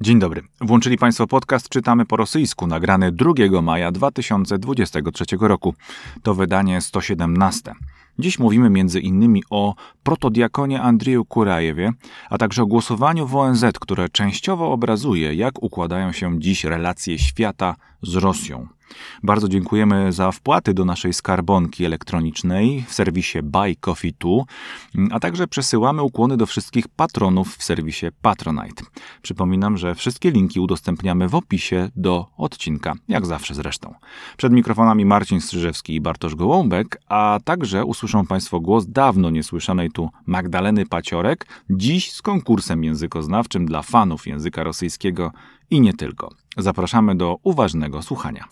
Dzień dobry. Włączyli Państwo podcast Czytamy po rosyjsku, nagrany 2 maja 2023 roku. To wydanie 117. Dziś mówimy między innymi o protodiakonie Andrzeju Kurajewie, a także o głosowaniu w ONZ, które częściowo obrazuje, jak układają się dziś relacje świata z Rosją. Bardzo dziękujemy za wpłaty do naszej skarbonki elektronicznej w serwisie Buy Coffee 2, a także przesyłamy ukłony do wszystkich patronów w serwisie Patronite. Przypominam, że wszystkie linki udostępniamy w opisie do odcinka, jak zawsze zresztą. Przed mikrofonami Marcin Strzyżewski i Bartosz Gołąbek, a także usłyszą Państwo głos dawno niesłyszanej tu Magdaleny Paciorek, dziś z konkursem językoznawczym dla fanów języka rosyjskiego i nie tylko. Zapraszamy do uważnego słuchania.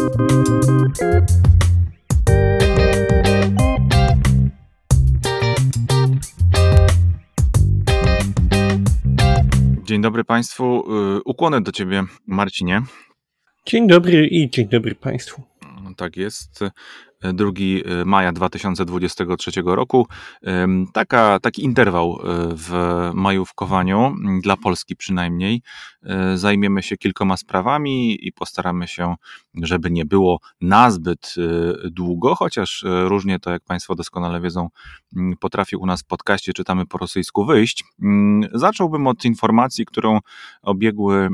Dzień dobry Państwu. Ukłony do Ciebie, Marcinie. Dzień dobry i dzień dobry Państwu. Tak jest. 2 maja 2023 roku. Taki interwał w majówkowaniu, dla Polski przynajmniej. Zajmiemy się kilkoma sprawami i postaramy się, żeby nie było nazbyt długo, chociaż różnie to, jak Państwo doskonale wiedzą, potrafi u nas w podcaście Czytamy po rosyjsku wyjść. Zacząłbym od informacji, która obiegła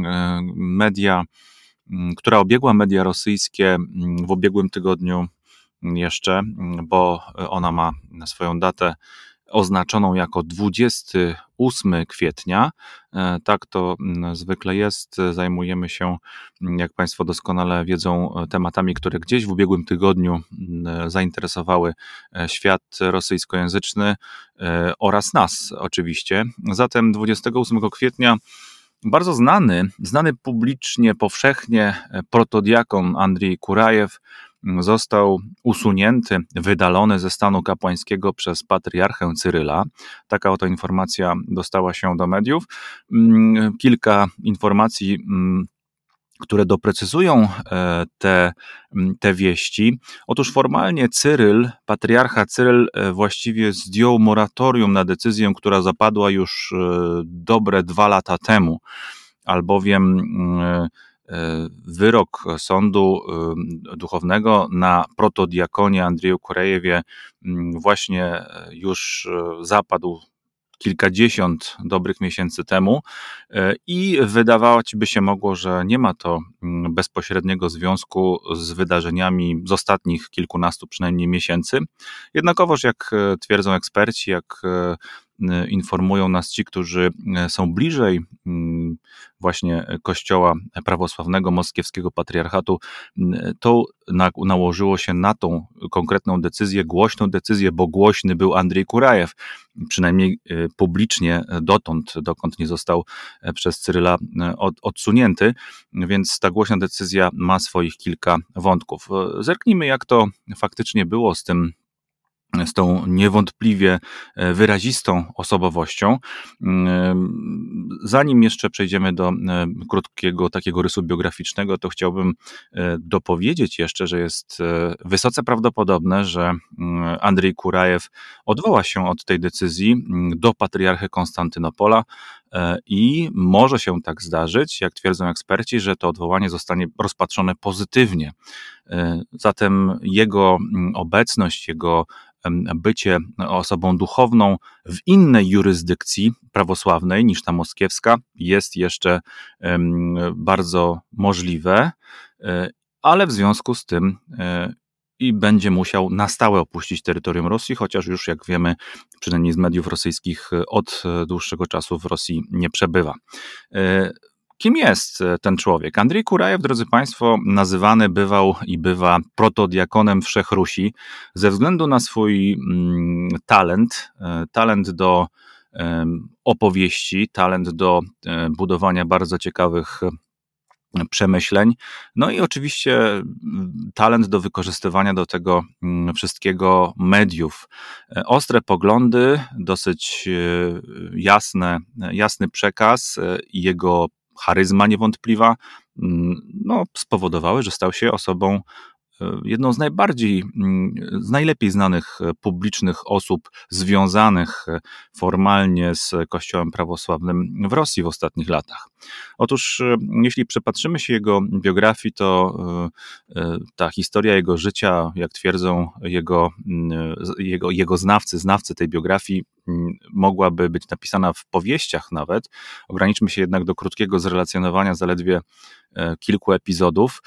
media rosyjskie w ubiegłym tygodniu jeszcze, bo ona ma swoją datę oznaczoną jako 28 kwietnia. Tak to zwykle jest. Zajmujemy się, jak Państwo doskonale wiedzą, tematami, które gdzieś w ubiegłym tygodniu zainteresowały świat rosyjskojęzyczny oraz nas oczywiście. Zatem 28 kwietnia bardzo znany publicznie, powszechnie protodiakon Andrzej Kurajew został usunięty, wydalony ze stanu kapłańskiego przez patriarchę Cyryla. Taka oto informacja dostała się do mediów. Kilka informacji, które doprecyzują te wieści. Otóż formalnie patriarcha Cyryl właściwie zdjął moratorium na decyzję, która zapadła już dobre 2 lata temu, albowiem wyrok sądu duchownego na protodiakonie Andrzeju Kurajewie właśnie już zapadł kilkadziesiąt dobrych miesięcy temu i wydawać by się mogło, że nie ma to bezpośredniego związku z wydarzeniami z ostatnich kilkunastu przynajmniej miesięcy. Jednakowoż, jak twierdzą eksperci, jak informują nas ci, którzy są bliżej właśnie Kościoła prawosławnego, moskiewskiego patriarchatu, to nałożyło się na tą konkretną decyzję, głośną decyzję, bo głośny był Andrzej Kurajew, przynajmniej publicznie dokąd nie został przez Cyryla odsunięty, więc ta głośna decyzja ma swoich kilka wątków. Zerknijmy, jak to faktycznie było z tą niewątpliwie wyrazistą osobowością. Zanim jeszcze przejdziemy do krótkiego takiego rysu biograficznego, to chciałbym dopowiedzieć jeszcze, że jest wysoce prawdopodobne, że Andrzej Kurajew odwoła się od tej decyzji do patriarchy Konstantynopola i może się tak zdarzyć, jak twierdzą eksperci, że to odwołanie zostanie rozpatrzone pozytywnie. Zatem jego obecność, jego bycie osobą duchowną w innej jurysdykcji prawosławnej niż ta moskiewska jest jeszcze bardzo możliwe, ale w związku z tym i będzie musiał na stałe opuścić terytorium Rosji, chociaż już, jak wiemy, przynajmniej z mediów rosyjskich, od dłuższego czasu w Rosji nie przebywa. Kim jest ten człowiek? Andrzej Kurajew, drodzy Państwo, nazywany bywał i bywa protodiakonem Wszechrusi ze względu na swój talent do opowieści, talent do budowania bardzo ciekawych przemyśleń, no i oczywiście talent do wykorzystywania do tego wszystkiego mediów. Ostre poglądy, dosyć jasny przekaz i jego charyzma niewątpliwa, spowodowały, że stał się osobą jedną z z najlepiej znanych publicznych osób związanych formalnie z Kościołem prawosławnym w Rosji w ostatnich latach. Otóż, jeśli przypatrzymy się jego biografii, to ta historia jego życia, jak twierdzą jego znawcy tej biografii, mogłaby być napisana w powieściach nawet. Ograniczmy się jednak do krótkiego zrelacjonowania zaledwie kilku epizodów.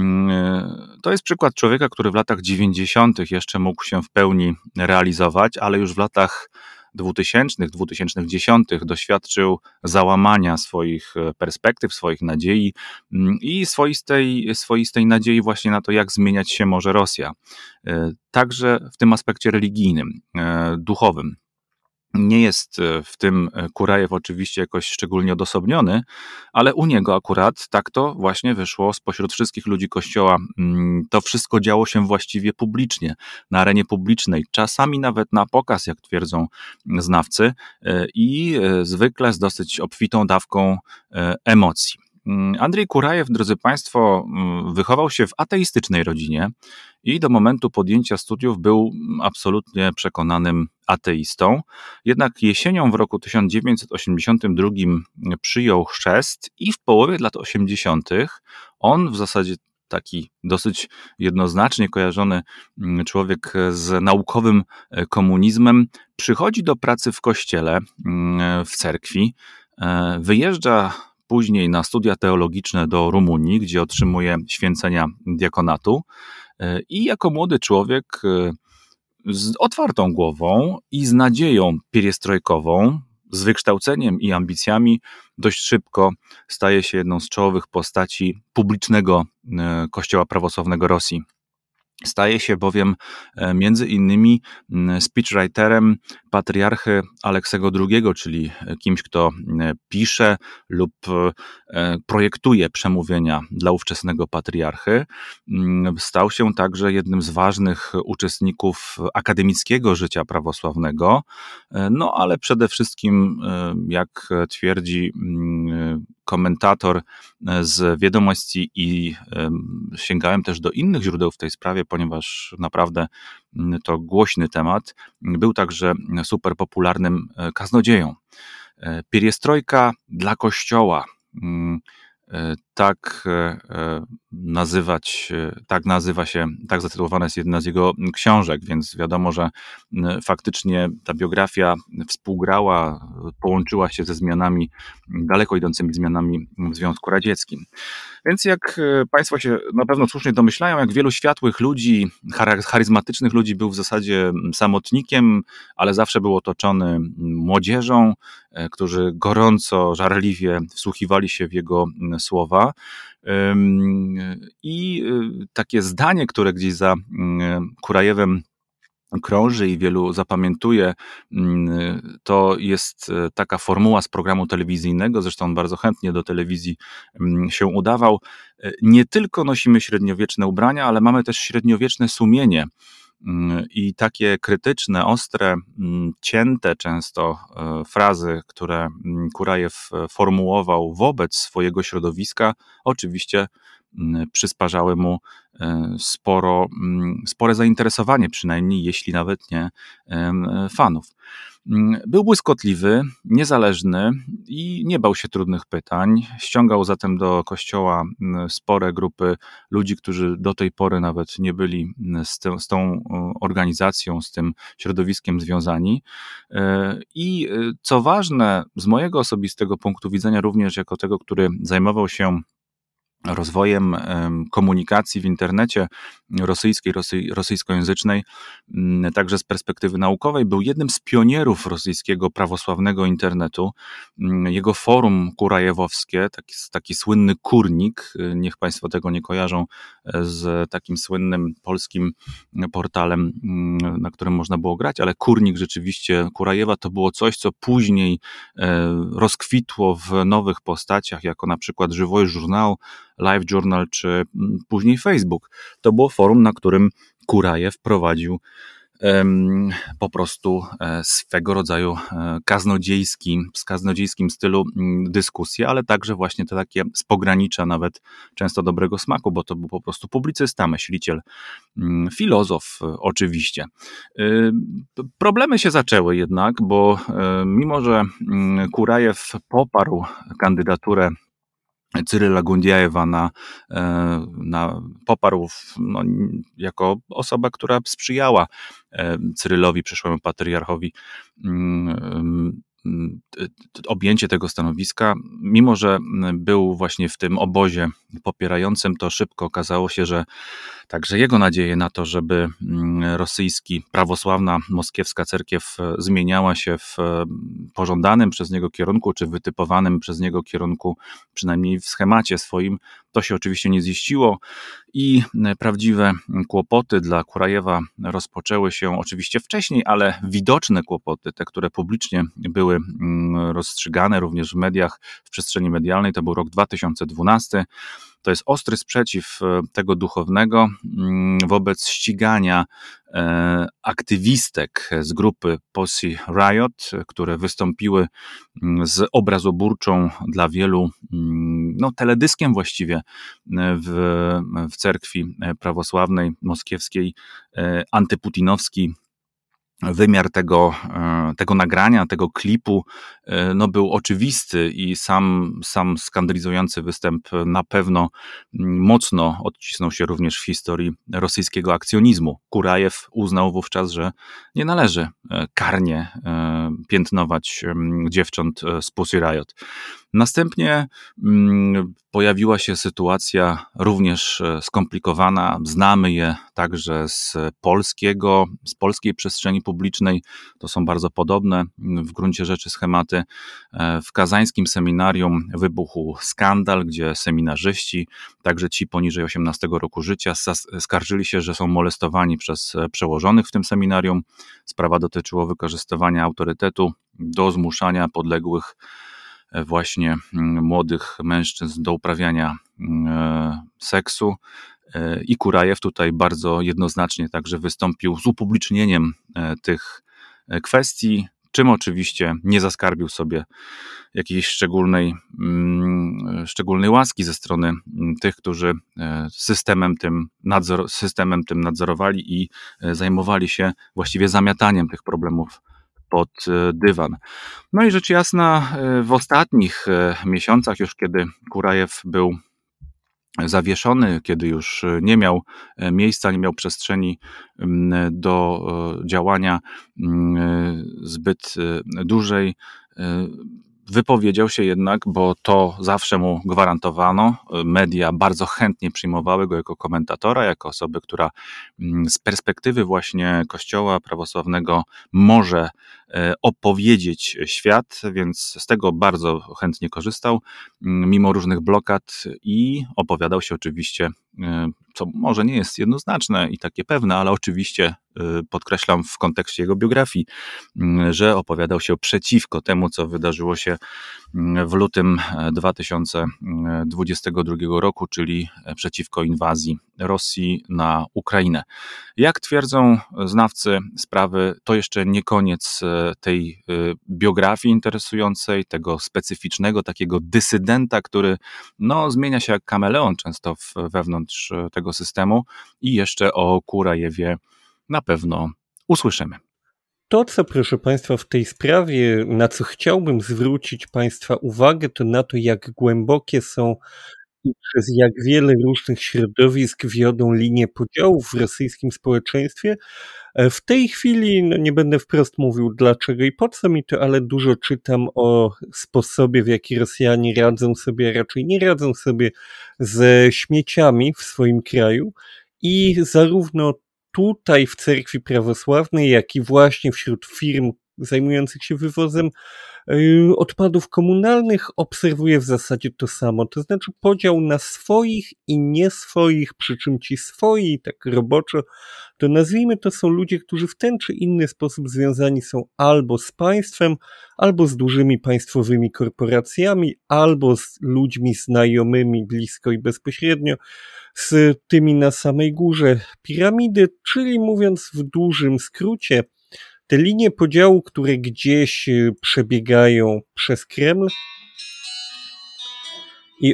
To jest przykład człowieka, który w latach 90. jeszcze mógł się w pełni realizować, ale już w latach 2000, 2010 doświadczył załamania swoich perspektyw, swoich nadziei i swoistej nadziei właśnie na to, jak zmieniać się może Rosja. Także w tym aspekcie religijnym, duchowym. Nie jest w tym Kurajew oczywiście jakoś szczególnie odosobniony, ale u niego akurat tak to właśnie wyszło spośród wszystkich ludzi Kościoła. To wszystko działo się właściwie publicznie, na arenie publicznej, czasami nawet na pokaz, jak twierdzą znawcy, i zwykle z dosyć obfitą dawką emocji. Andrzej Kurajew, drodzy Państwo, wychował się w ateistycznej rodzinie i do momentu podjęcia studiów był absolutnie przekonanym ateistą. Jednak jesienią w roku 1982 przyjął chrzest i w połowie lat 80. on w zasadzie taki dosyć jednoznacznie kojarzony człowiek z naukowym komunizmem przychodzi do pracy w kościele, w cerkwi, wyjeżdża później na studia teologiczne do Rumunii, gdzie otrzymuje święcenia diakonatu i jako młody człowiek z otwartą głową i z nadzieją pieriestrojkową, z wykształceniem i ambicjami dość szybko staje się jedną z czołowych postaci publicznego Kościoła prawosławnego Rosji. Staje się bowiem między innymi speechwriterem patriarchy Aleksego II, czyli kimś, kto pisze lub projektuje przemówienia dla ówczesnego patriarchy. Stał się także jednym z ważnych uczestników akademickiego życia prawosławnego, no ale przede wszystkim, jak twierdzi komentator z Wiadomości i sięgałem też do innych źródeł w tej sprawie, ponieważ naprawdę to głośny temat, był także super popularnym kaznodzieją. Pieriestrojka dla Kościoła. Tak zatytułowana jest jedna z jego książek, więc wiadomo, że faktycznie ta biografia współgrała, połączyła się ze zmianami, daleko idącymi zmianami w Związku Radzieckim. Więc jak Państwo się na pewno słusznie domyślają, jak wielu światłych ludzi, charyzmatycznych ludzi, był w zasadzie samotnikiem, ale zawsze był otoczony młodzieżą, którzy gorąco, żarliwie wsłuchiwali się w jego słowa. I takie zdanie, które gdzieś za Kurajewem krąży i wielu zapamiętuje, to jest taka formuła z programu telewizyjnego, zresztą on bardzo chętnie do telewizji się udawał. Nie tylko nosimy średniowieczne ubrania, ale mamy też średniowieczne sumienie. I takie krytyczne, ostre, cięte często frazy, które Kurajew formułował wobec swojego środowiska, oczywiście przysparzały mu spore zainteresowanie, przynajmniej jeśli nawet nie fanów. Był błyskotliwy, niezależny i nie bał się trudnych pytań. Ściągał zatem do kościoła spore grupy ludzi, którzy do tej pory nawet nie byli z tą organizacją, z tym środowiskiem związani. I co ważne, z mojego osobistego punktu widzenia, również jako tego, który zajmował się rozwojem komunikacji w internecie rosyjskojęzycznej, także z perspektywy naukowej, był jednym z pionierów rosyjskiego prawosławnego internetu. Jego forum kurajewowskie, taki słynny Kurnik, niech Państwo tego nie kojarzą z takim słynnym polskim portalem, na którym można było grać, ale Kurnik rzeczywiście Kurajewa to było coś, co później rozkwitło w nowych postaciach, jako na przykład Żywoje Journal, Live Journal czy później Facebook. To było forum, na którym Kurajew prowadził po prostu swego rodzaju w kaznodziejskim stylu dyskusje, ale także właśnie te takie z pogranicza nawet często dobrego smaku, bo to był po prostu publicysta, myśliciel, filozof oczywiście. Problemy się zaczęły jednak, bo mimo, że Kurajew poparł kandydaturę Cyryla Gundziajewa poparł jako osoba, która sprzyjała Cyrylowi, przyszłemu patriarchowi, objęcie tego stanowiska, mimo że był właśnie w tym obozie popierającym, to szybko okazało się, że także jego nadzieje na to, żeby rosyjski, prawosławna, moskiewska cerkiew zmieniała się w pożądanym przez niego kierunku, czy wytypowanym przez niego kierunku, przynajmniej w schemacie swoim, to się oczywiście nie ziściło i prawdziwe kłopoty dla Kurajewa rozpoczęły się oczywiście wcześniej, ale widoczne kłopoty, te, które publicznie były rozstrzygane również w mediach, w przestrzeni medialnej, to był rok 2012. To jest ostry sprzeciw tego duchownego wobec ścigania aktywistek z grupy Pussy Riot, które wystąpiły z obrazoburczą dla wielu, teledyskiem właściwie w cerkwi prawosławnej moskiewskiej, antyputinowski wymiar tego nagrania, tego klipu był oczywisty i sam skandalizujący występ na pewno mocno odcisnął się również w historii rosyjskiego akcjonizmu. Kurajew uznał wówczas, że nie należy karnie piętnować dziewcząt z Pussy Riot. Następnie pojawiła się sytuacja również skomplikowana. Znamy je także z polskiej przestrzeni publicznej. To są bardzo podobne w gruncie rzeczy schematy. W kazańskim seminarium wybuchł skandal, gdzie seminarzyści, także ci poniżej 18 roku życia, skarżyli się, że są molestowani przez przełożonych w tym seminarium. Sprawa dotyczyła wykorzystywania autorytetu do zmuszania podległych właśnie młodych mężczyzn do uprawiania seksu i Kurajew tutaj bardzo jednoznacznie także wystąpił z upublicznieniem tych kwestii, czym oczywiście nie zaskarbił sobie jakiejś szczególnej łaski ze strony tych, którzy systemem tym nadzorowali i zajmowali się właściwie zamiataniem tych problemów pod dywan. No i rzecz jasna, w ostatnich miesiącach, już kiedy Kurajew był zawieszony, kiedy już nie miał miejsca, nie miał przestrzeni do działania zbyt dłużej, wypowiedział się jednak, bo to zawsze mu gwarantowano. Media bardzo chętnie przyjmowały go jako komentatora, jako osobę, która z perspektywy właśnie Kościoła prawosławnego może opowiedzieć świat, więc z tego bardzo chętnie korzystał, mimo różnych blokad i opowiadał się oczywiście, co może nie jest jednoznaczne i takie pewne, ale oczywiście podkreślam w kontekście jego biografii, że opowiadał się przeciwko temu, co wydarzyło się w lutym 2022 roku, czyli przeciwko inwazji Rosji na Ukrainę. Jak twierdzą znawcy sprawy, to jeszcze nie koniec tej biografii interesującej, tego specyficznego, takiego dysydenta, który zmienia się jak kameleon często wewnątrz tego systemu i jeszcze o Kurajewie na pewno usłyszymy. To, co proszę Państwa w tej sprawie, na co chciałbym zwrócić Państwa uwagę, to na to, jak głębokie są i przez jak wiele różnych środowisk wiodą linie podziałów w rosyjskim społeczeństwie. W tej chwili nie będę wprost mówił dlaczego i po co mi to, ale dużo czytam o sposobie, w jaki Rosjanie radzą sobie, a raczej nie radzą sobie ze śmieciami w swoim kraju i zarówno tutaj w cerkwi prawosławnej, jak i właśnie wśród firm zajmujących się wywozem odpadów komunalnych obserwuję w zasadzie to samo, to znaczy podział na swoich i nieswoich, przy czym ci swoi, tak roboczo, to nazwijmy to są ludzie, którzy w ten czy inny sposób związani są albo z państwem, albo z dużymi państwowymi korporacjami, albo z ludźmi znajomymi blisko i bezpośrednio, z tymi na samej górze piramidy, czyli mówiąc w dużym skrócie, te linie podziału, które gdzieś przebiegają przez Kreml i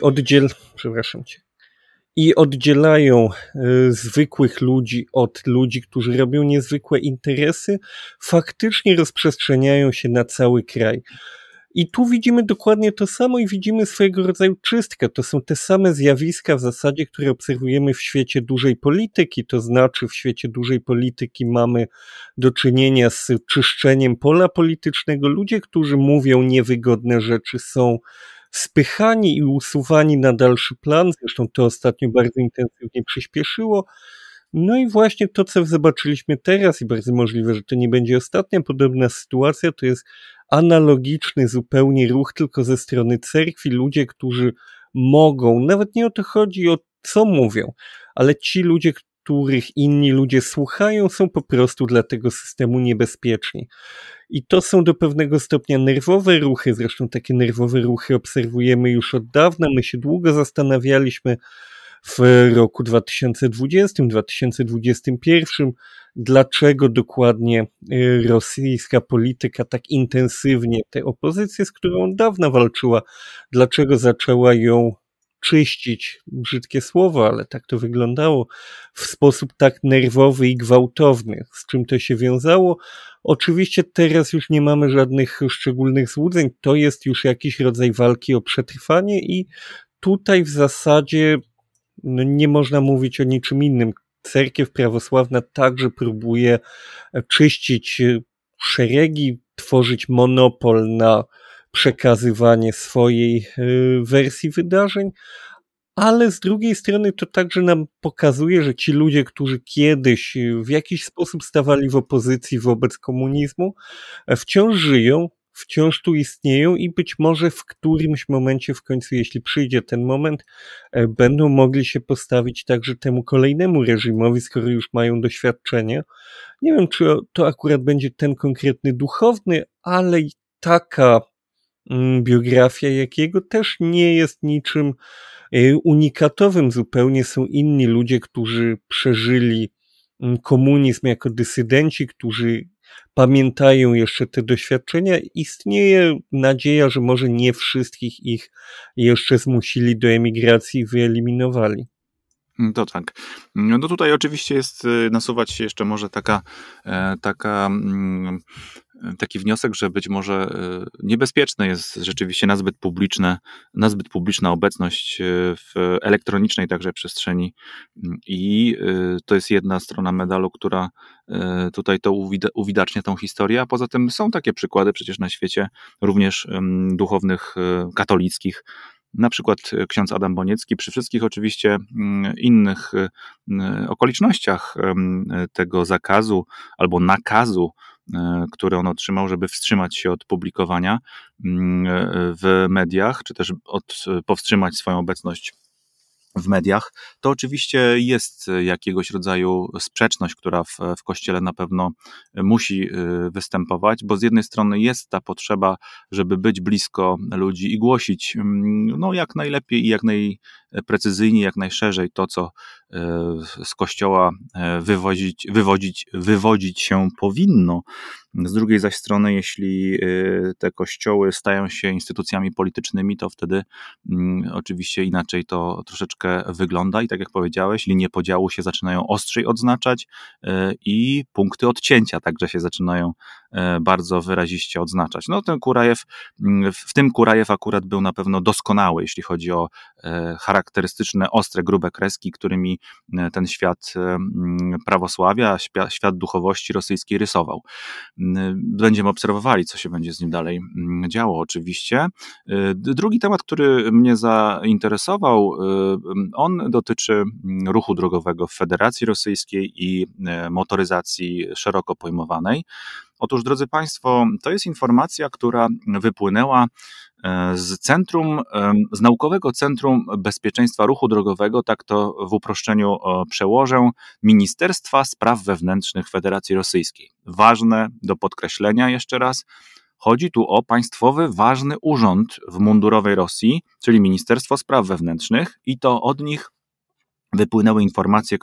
oddzielają zwykłych ludzi od ludzi, którzy robią niezwykłe interesy, faktycznie rozprzestrzeniają się na cały kraj. I tu widzimy dokładnie to samo i widzimy swojego rodzaju czystkę. To są te same zjawiska w zasadzie, które obserwujemy w świecie dużej polityki, to znaczy w świecie dużej polityki mamy do czynienia z czyszczeniem pola politycznego. Ludzie, którzy mówią niewygodne rzeczy, są spychani i usuwani na dalszy plan. Zresztą to ostatnio bardzo intensywnie przyspieszyło. No i właśnie to, co zobaczyliśmy teraz i bardzo możliwe, że to nie będzie ostatnia podobna sytuacja, to jest analogiczny zupełnie ruch, tylko ze strony cerkwi. Ludzie, którzy mogą, nawet nie o to chodzi, o co mówią, ale ci ludzie, których inni ludzie słuchają, są po prostu dla tego systemu niebezpieczni. I to są do pewnego stopnia nerwowe ruchy, zresztą takie nerwowe ruchy obserwujemy już od dawna. My się długo zastanawialiśmy w roku 2020, 2021, dlaczego dokładnie rosyjska polityka tak intensywnie tę opozycję, z którą od dawna walczyła, dlaczego zaczęła ją czyścić, brzydkie słowo, ale tak to wyglądało, w sposób tak nerwowy i gwałtowny. Z czym to się wiązało? Oczywiście teraz już nie mamy żadnych szczególnych złudzeń, to jest już jakiś rodzaj walki o przetrwanie i tutaj w zasadzie nie można mówić o niczym innym. Cerkiew prawosławna także próbuje czyścić szeregi, tworzyć monopol na przekazywanie swojej wersji wydarzeń, ale z drugiej strony to także nam pokazuje, że ci ludzie, którzy kiedyś w jakiś sposób stawali w opozycji wobec komunizmu, wciąż żyją, wciąż tu istnieją i być może w którymś momencie w końcu, jeśli przyjdzie ten moment, będą mogli się postawić także temu kolejnemu reżimowi, skoro już mają doświadczenie. Nie wiem, czy to akurat będzie ten konkretny duchowny, ale i taka biografia jakiego też nie jest niczym unikatowym. Zupełnie są inni ludzie, którzy przeżyli komunizm jako dysydenci, którzy pamiętają jeszcze te doświadczenia. Istnieje nadzieja, że może nie wszystkich ich jeszcze zmusili do emigracji i wyeliminowali. To tak. No tutaj oczywiście nasuwać się jeszcze może taki wniosek, że być może niebezpieczne jest rzeczywiście nazbyt publiczna obecność w elektronicznej także przestrzeni i to jest jedna strona medalu, która tutaj to uwidacznia tą historię, a poza tym są takie przykłady przecież na świecie również duchownych katolickich, na przykład ksiądz Adam Boniecki, przy wszystkich oczywiście innych okolicznościach tego zakazu albo nakazu, który on otrzymał, żeby wstrzymać się od publikowania w mediach, czy też powstrzymać swoją obecność w mediach, to oczywiście jest jakiegoś rodzaju sprzeczność, która w Kościele na pewno musi występować, bo z jednej strony jest ta potrzeba, żeby być blisko ludzi i głosić jak najlepiej i jak najprecyzyjniej, jak najszerzej to, co z Kościoła wywodzić się powinno. Z drugiej zaś strony, jeśli te kościoły stają się instytucjami politycznymi, to wtedy oczywiście inaczej to troszeczkę wygląda i tak jak powiedziałeś, linie podziału się zaczynają ostrzej odznaczać i punkty odcięcia także się zaczynają bardzo wyraziście odznaczać. No w tym Kurajew akurat był na pewno doskonały, jeśli chodzi o charakterystyczne, ostre, grube kreski, którymi ten świat prawosławia, świat duchowości rosyjskiej rysował. Będziemy obserwowali, co się będzie z nim dalej działo oczywiście. Drugi temat, który mnie zainteresował, on dotyczy ruchu drogowego w Federacji Rosyjskiej i motoryzacji szeroko pojmowanej. Otóż, drodzy Państwo, to jest informacja, która wypłynęła z Naukowego Centrum Bezpieczeństwa Ruchu Drogowego, tak to w uproszczeniu przełożę, Ministerstwa Spraw Wewnętrznych Federacji Rosyjskiej. Ważne do podkreślenia jeszcze raz, chodzi tu o państwowy, ważny urząd w mundurowej Rosji, czyli Ministerstwo Spraw Wewnętrznych, i to od nich wypłynęły informacje,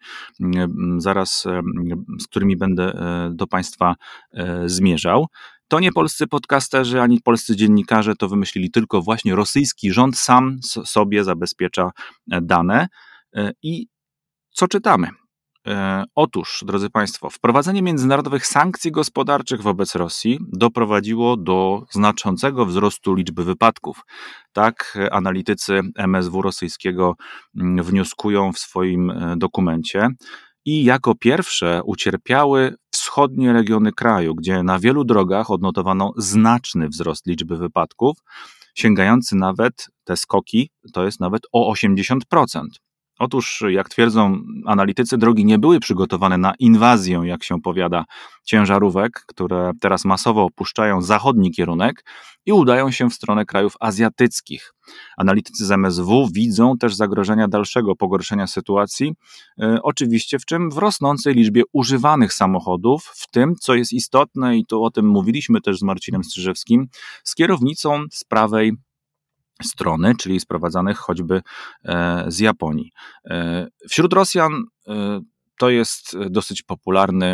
z którymi będę do Państwa zmierzał. To nie polscy podcasterzy, ani polscy dziennikarze to wymyślili, tylko właśnie rosyjski rząd sam sobie zabezpiecza dane. I co czytamy? Otóż, drodzy Państwo, wprowadzenie międzynarodowych sankcji gospodarczych wobec Rosji doprowadziło do znaczącego wzrostu liczby wypadków. Tak analitycy MSW rosyjskiego wnioskują w swoim dokumencie. I jako pierwsze ucierpiały wschodnie regiony kraju, gdzie na wielu drogach odnotowano znaczny wzrost liczby wypadków, sięgający nawet, te skoki, to jest nawet o 80%. Otóż, jak twierdzą analitycy, drogi nie były przygotowane na inwazję, jak się powiada, ciężarówek, które teraz masowo opuszczają zachodni kierunek i udają się w stronę krajów azjatyckich. Analitycy z MSW widzą też zagrożenia dalszego pogorszenia sytuacji, oczywiście w rosnącej liczbie używanych samochodów, w tym, co jest istotne i to o tym mówiliśmy też z Marcinem Strzyżewskim, z kierownicą z prawej strony, czyli sprowadzanych choćby z Japonii. Wśród Rosjan to jest dosyć popularny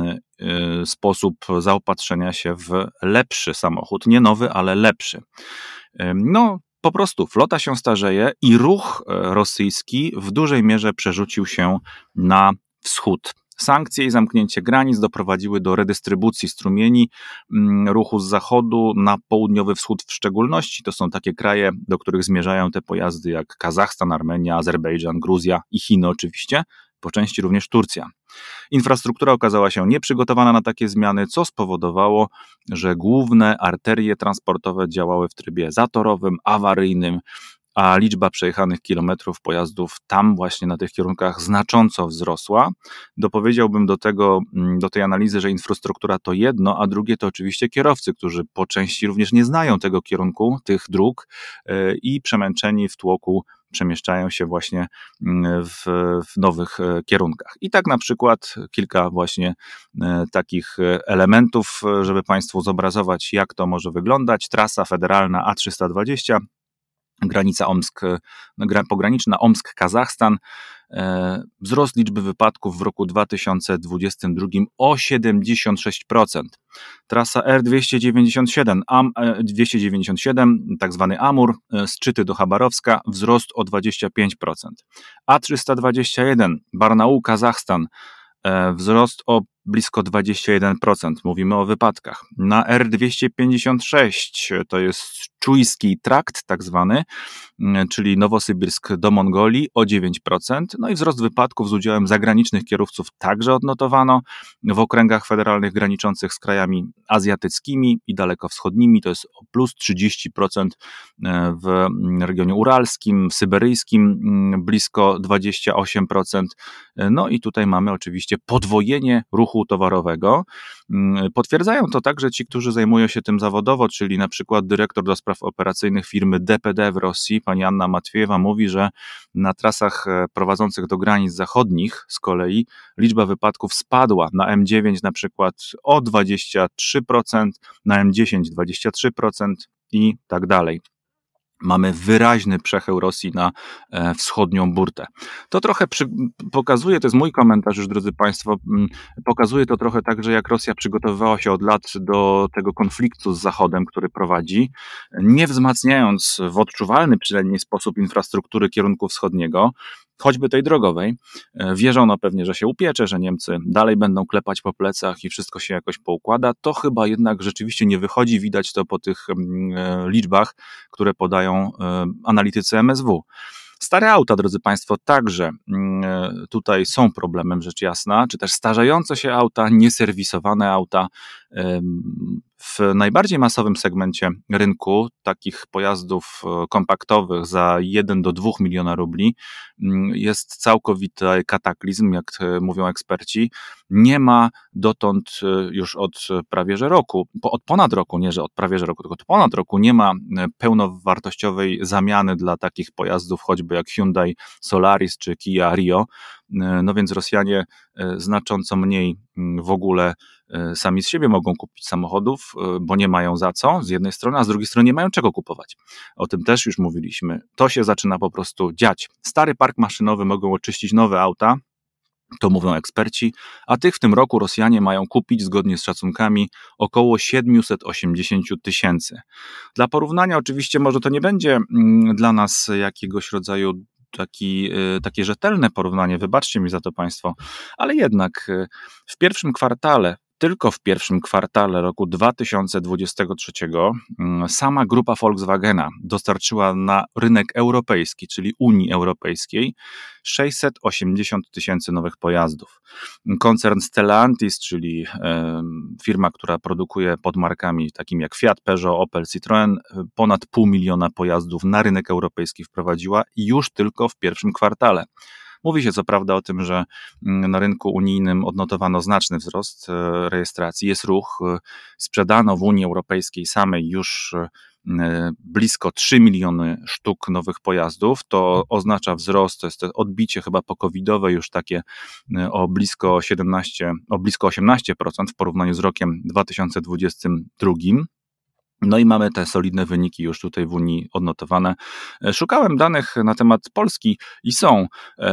sposób zaopatrzenia się w lepszy samochód, nie nowy, ale lepszy. No, po prostu flota się starzeje i ruch rosyjski w dużej mierze przerzucił się na wschód. Sankcje i zamknięcie granic doprowadziły do redystrybucji strumieni ruchu z zachodu na południowy wschód w szczególności. To są takie kraje, do których zmierzają te pojazdy jak Kazachstan, Armenia, Azerbejdżan, Gruzja i Chiny oczywiście, po części również Turcja. Infrastruktura okazała się nieprzygotowana na takie zmiany, co spowodowało, że główne arterie transportowe działały w trybie zatorowym, awaryjnym, a liczba przejechanych kilometrów pojazdów tam właśnie na tych kierunkach znacząco wzrosła. Dopowiedziałbym do tej analizy, że infrastruktura to jedno, a drugie to oczywiście kierowcy, którzy po części również nie znają tego kierunku, tych dróg i przemęczeni w tłoku przemieszczają się właśnie w nowych kierunkach. I tak na przykład kilka właśnie takich elementów, żeby Państwu zobrazować, jak to może wyglądać. Trasa federalna A320, granica pograniczna Omsk-Kazachstan, wzrost liczby wypadków w roku 2022 o 76%. Trasa R297, tak zwany Amur, z Czyty do Chabarowska, wzrost o 25%. A321, Barnaul, Kazachstan, wzrost o blisko 21%. Mówimy o wypadkach. Na R256, to jest Czujski trakt tak zwany, czyli Nowosybirsk do Mongolii, o 9%. No i wzrost wypadków z udziałem zagranicznych kierowców także odnotowano w okręgach federalnych graniczących z krajami azjatyckimi i dalekowschodnimi. To jest o plus 30% w regionie uralskim, syberyjskim blisko 28%. No i tutaj mamy oczywiście podwojenie ruchu towarowego. Potwierdzają to także ci, którzy zajmują się tym zawodowo, czyli na przykład dyrektor do spraw operacyjnych firmy DPD w Rosji, pani Anna Matwiejewa, mówi, że na trasach prowadzących do granic zachodnich z kolei liczba wypadków spadła. Na M9 na przykład o 23%, na M10 23% i tak dalej. Mamy wyraźny przechył Rosji na wschodnią burtę. To trochę pokazuje, to jest mój komentarz już, drodzy Państwo, pokazuje to trochę także, jak Rosja przygotowywała się od lat do tego konfliktu z Zachodem, który prowadzi, nie wzmacniając w odczuwalny przynajmniej sposób infrastruktury kierunku wschodniego, choćby tej drogowej. Wierzono pewnie, że się upiecze, że Niemcy dalej będą klepać po plecach i wszystko się jakoś poukłada. To chyba jednak rzeczywiście nie wychodzi, widać to po tych liczbach, które podają analitycy MSW. Stare auta, drodzy Państwo, także tutaj są problemem, rzecz jasna, czy też starzejące się auta, nieserwisowane auta. W najbardziej masowym segmencie rynku takich pojazdów kompaktowych za 1 do 2 miliona rubli jest całkowity kataklizm, jak mówią eksperci. Nie ma dotąd już od prawie że roku, od ponad roku, nie że od prawie że roku, tylko od ponad roku nie ma pełnowartościowej zamiany dla takich pojazdów, choćby jak Hyundai Solaris czy Kia Rio. No więc Rosjanie znacząco mniej w ogóle sami z siebie mogą kupić samochodów, bo nie mają za co z jednej strony, a z drugiej strony nie mają czego kupować. O tym też już mówiliśmy. To się zaczyna po prostu dziać. Stary park maszynowy mogą oczyścić nowe auta, to mówią eksperci, a tych w tym roku Rosjanie mają kupić zgodnie z szacunkami około 780 000. Dla porównania oczywiście może to nie będzie dla nas jakiegoś rodzaju takie rzetelne porównanie, wybaczcie mi za to Państwo, ale jednak w pierwszym kwartale, tylko w pierwszym kwartale roku 2023 sama grupa Volkswagena dostarczyła na rynek europejski, czyli Unii Europejskiej, 680 000 nowych pojazdów. Koncern Stellantis, czyli firma, która produkuje pod markami takimi jak Fiat, Peugeot, Opel, Citroën, ponad 500 000 pojazdów na rynek europejski wprowadziła już tylko w pierwszym kwartale. Mówi się co prawda o tym, że na rynku unijnym odnotowano znaczny wzrost rejestracji, jest ruch, sprzedano w Unii Europejskiej samej już blisko 3 miliony sztuk nowych pojazdów, to oznacza wzrost, to jest to odbicie chyba po-covidowe już takie o blisko 18% w porównaniu z rokiem 2022. No i mamy te solidne wyniki już tutaj w Unii odnotowane. Szukałem danych na temat Polski i są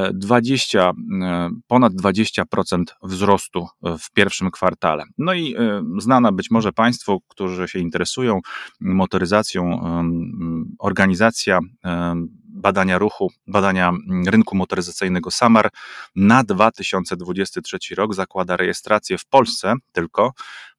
ponad 20% wzrostu w pierwszym kwartale. No i znana być może Państwu, którzy się interesują motoryzacją, organizacja badania rynku motoryzacyjnego SAMAR na 2023 rok zakłada rejestrację w Polsce tylko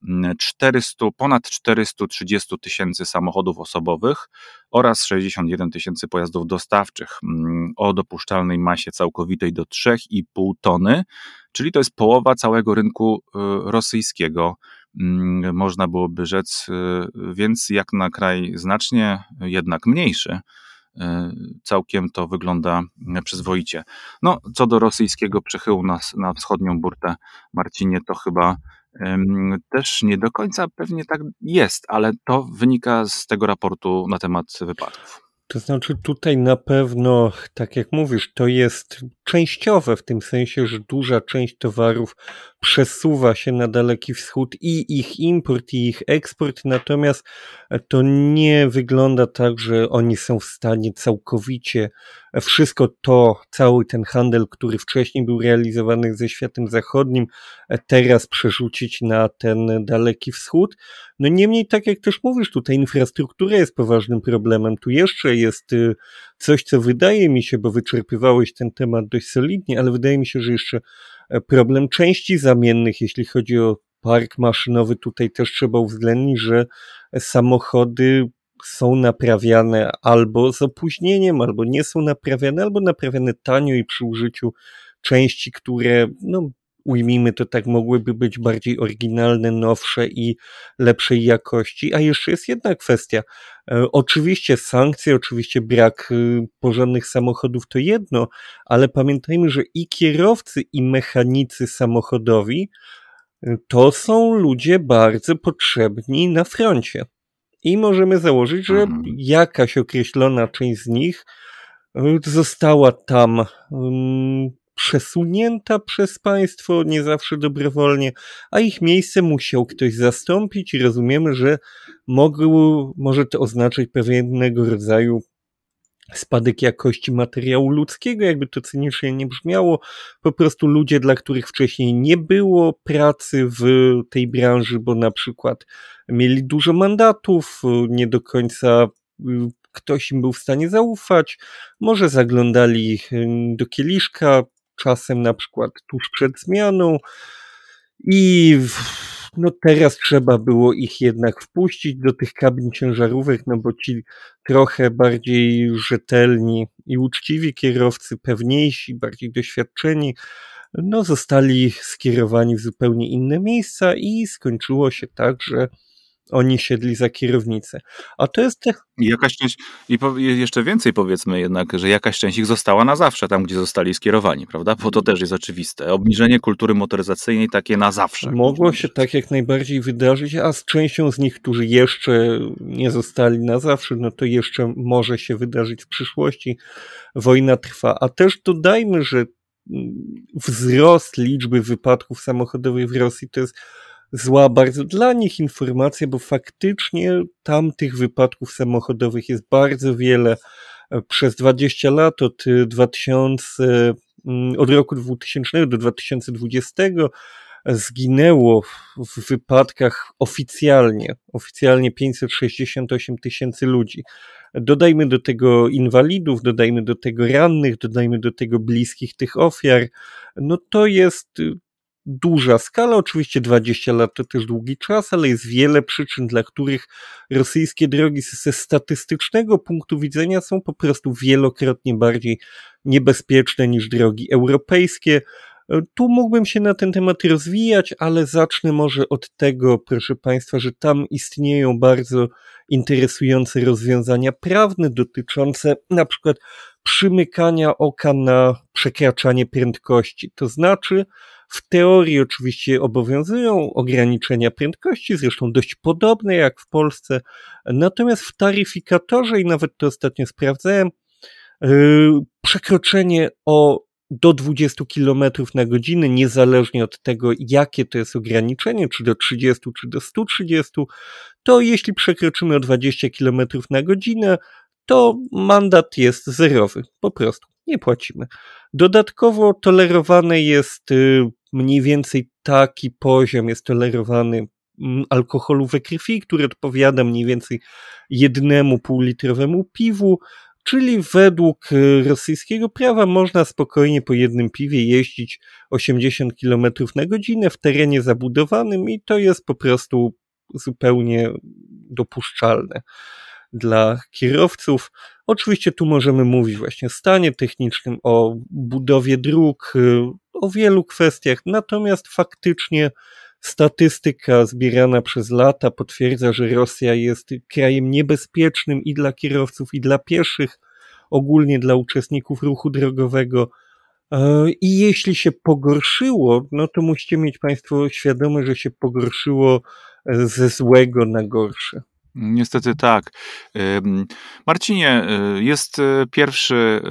ponad 430 000 samochodów osobowych oraz 61 000 pojazdów dostawczych o dopuszczalnej masie całkowitej do 3,5 tony, czyli to jest połowa całego rynku rosyjskiego, można byłoby rzec, więc jak na kraj znacznie jednak mniejszy. Całkiem to wygląda przyzwoicie. No, co do rosyjskiego przechyłu na wschodnią burtę, Marcinie, to chyba też nie do końca pewnie tak jest, ale to wynika z tego raportu na temat wypadków. To znaczy tutaj na pewno, tak jak mówisz, to jest częściowe w tym sensie, że duża część towarów przesuwa się na Daleki Wschód i ich import, i ich eksport, natomiast to nie wygląda tak, że oni są w stanie całkowicie wszystko to, cały ten handel, który wcześniej był realizowany ze światem zachodnim, teraz przerzucić na ten Daleki Wschód. No niemniej, tak jak też mówisz, tutaj infrastruktura jest poważnym problemem. Tu jeszcze jest coś, co wydaje mi się, bo wyczerpywałeś ten temat dość solidnie, ale wydaje mi się, że jeszcze problem części zamiennych, jeśli chodzi o park maszynowy, tutaj też trzeba uwzględnić, że samochody są naprawiane albo z opóźnieniem, albo nie są naprawiane, albo naprawiane tanio i przy użyciu części, które, no ujmijmy to tak, mogłyby być bardziej oryginalne, nowsze i lepszej jakości. A jeszcze jest jedna kwestia. Oczywiście sankcje, oczywiście brak porządnych samochodów to jedno, ale pamiętajmy, że i kierowcy, i mechanicy samochodowi to są ludzie bardzo potrzebni na froncie. I możemy założyć, że jakaś określona część z nich została tam przesunięta przez państwo, nie zawsze dobrowolnie, a ich miejsce musiał ktoś zastąpić i rozumiemy, że może to oznaczać pewnego rodzaju spadek jakości materiału ludzkiego, jakby to cynicznie nie brzmiało, po prostu ludzie, dla których wcześniej nie było pracy w tej branży, bo na przykład mieli dużo mandatów, nie do końca ktoś im był w stanie zaufać, może zaglądali do kieliszka, czasem na przykład tuż przed zmianą i no teraz trzeba było ich jednak wpuścić do tych kabin ciężarówek, no bo ci trochę bardziej rzetelni i uczciwi kierowcy, pewniejsi, bardziej doświadczeni, no zostali skierowani w zupełnie inne miejsca i skończyło się tak, że oni siedli za kierownicę. A to jest I jakaś część, jeszcze więcej powiedzmy jednak, że jakaś część ich została na zawsze, tam gdzie zostali skierowani, prawda? Bo to też jest oczywiste. Obniżenie kultury motoryzacyjnej takie na zawsze. Mogło się tak jak najbardziej wydarzyć, a z częścią z nich, którzy jeszcze nie zostali na zawsze, no to jeszcze może się wydarzyć w przyszłości. Wojna trwa. A też dodajmy, że wzrost liczby wypadków samochodowych w Rosji to jest zła bardzo dla nich informacja, bo faktycznie tam tych wypadków samochodowych jest bardzo wiele. Przez 20 lat od roku 2000 do 2020 zginęło w wypadkach oficjalnie 568 tysięcy ludzi. Dodajmy do tego inwalidów, dodajmy do tego rannych, dodajmy do tego bliskich tych ofiar. No to jest duża skala, oczywiście 20 lat to też długi czas, ale jest wiele przyczyn, dla których rosyjskie drogi ze statystycznego punktu widzenia są po prostu wielokrotnie bardziej niebezpieczne niż drogi europejskie. Tu mógłbym się na ten temat rozwijać, ale zacznę może od tego, proszę Państwa, że tam istnieją bardzo interesujące rozwiązania prawne dotyczące na przykład przymykania oka na przekraczanie prędkości. To znaczy, w teorii oczywiście obowiązują ograniczenia prędkości, zresztą dość podobne jak w Polsce, natomiast w taryfikatorze, i nawet to ostatnio sprawdzałem, przekroczenie do 20 km na godzinę, niezależnie od tego, jakie to jest ograniczenie, czy do 30, czy do 130, to jeśli przekroczymy o 20 km na godzinę, to mandat jest zerowy, po prostu nie płacimy. Dodatkowo tolerowane jest mniej więcej taki poziom, jest tolerowany alkoholu we krwi, który odpowiada mniej więcej 1 półlitrowemu piwu, czyli według rosyjskiego prawa można spokojnie po jednym piwie jeździć 80 km na godzinę w terenie zabudowanym i to jest po prostu zupełnie dopuszczalne dla kierowców. Oczywiście tu możemy mówić właśnie o stanie technicznym, o budowie dróg, o wielu kwestiach, natomiast faktycznie statystyka zbierana przez lata potwierdza, że Rosja jest krajem niebezpiecznym i dla kierowców, i dla pieszych, ogólnie dla uczestników ruchu drogowego. I jeśli się pogorszyło, no to musicie mieć Państwo świadomość, że się pogorszyło ze złego na gorsze. Niestety tak. Marcinie, jest pierwszy,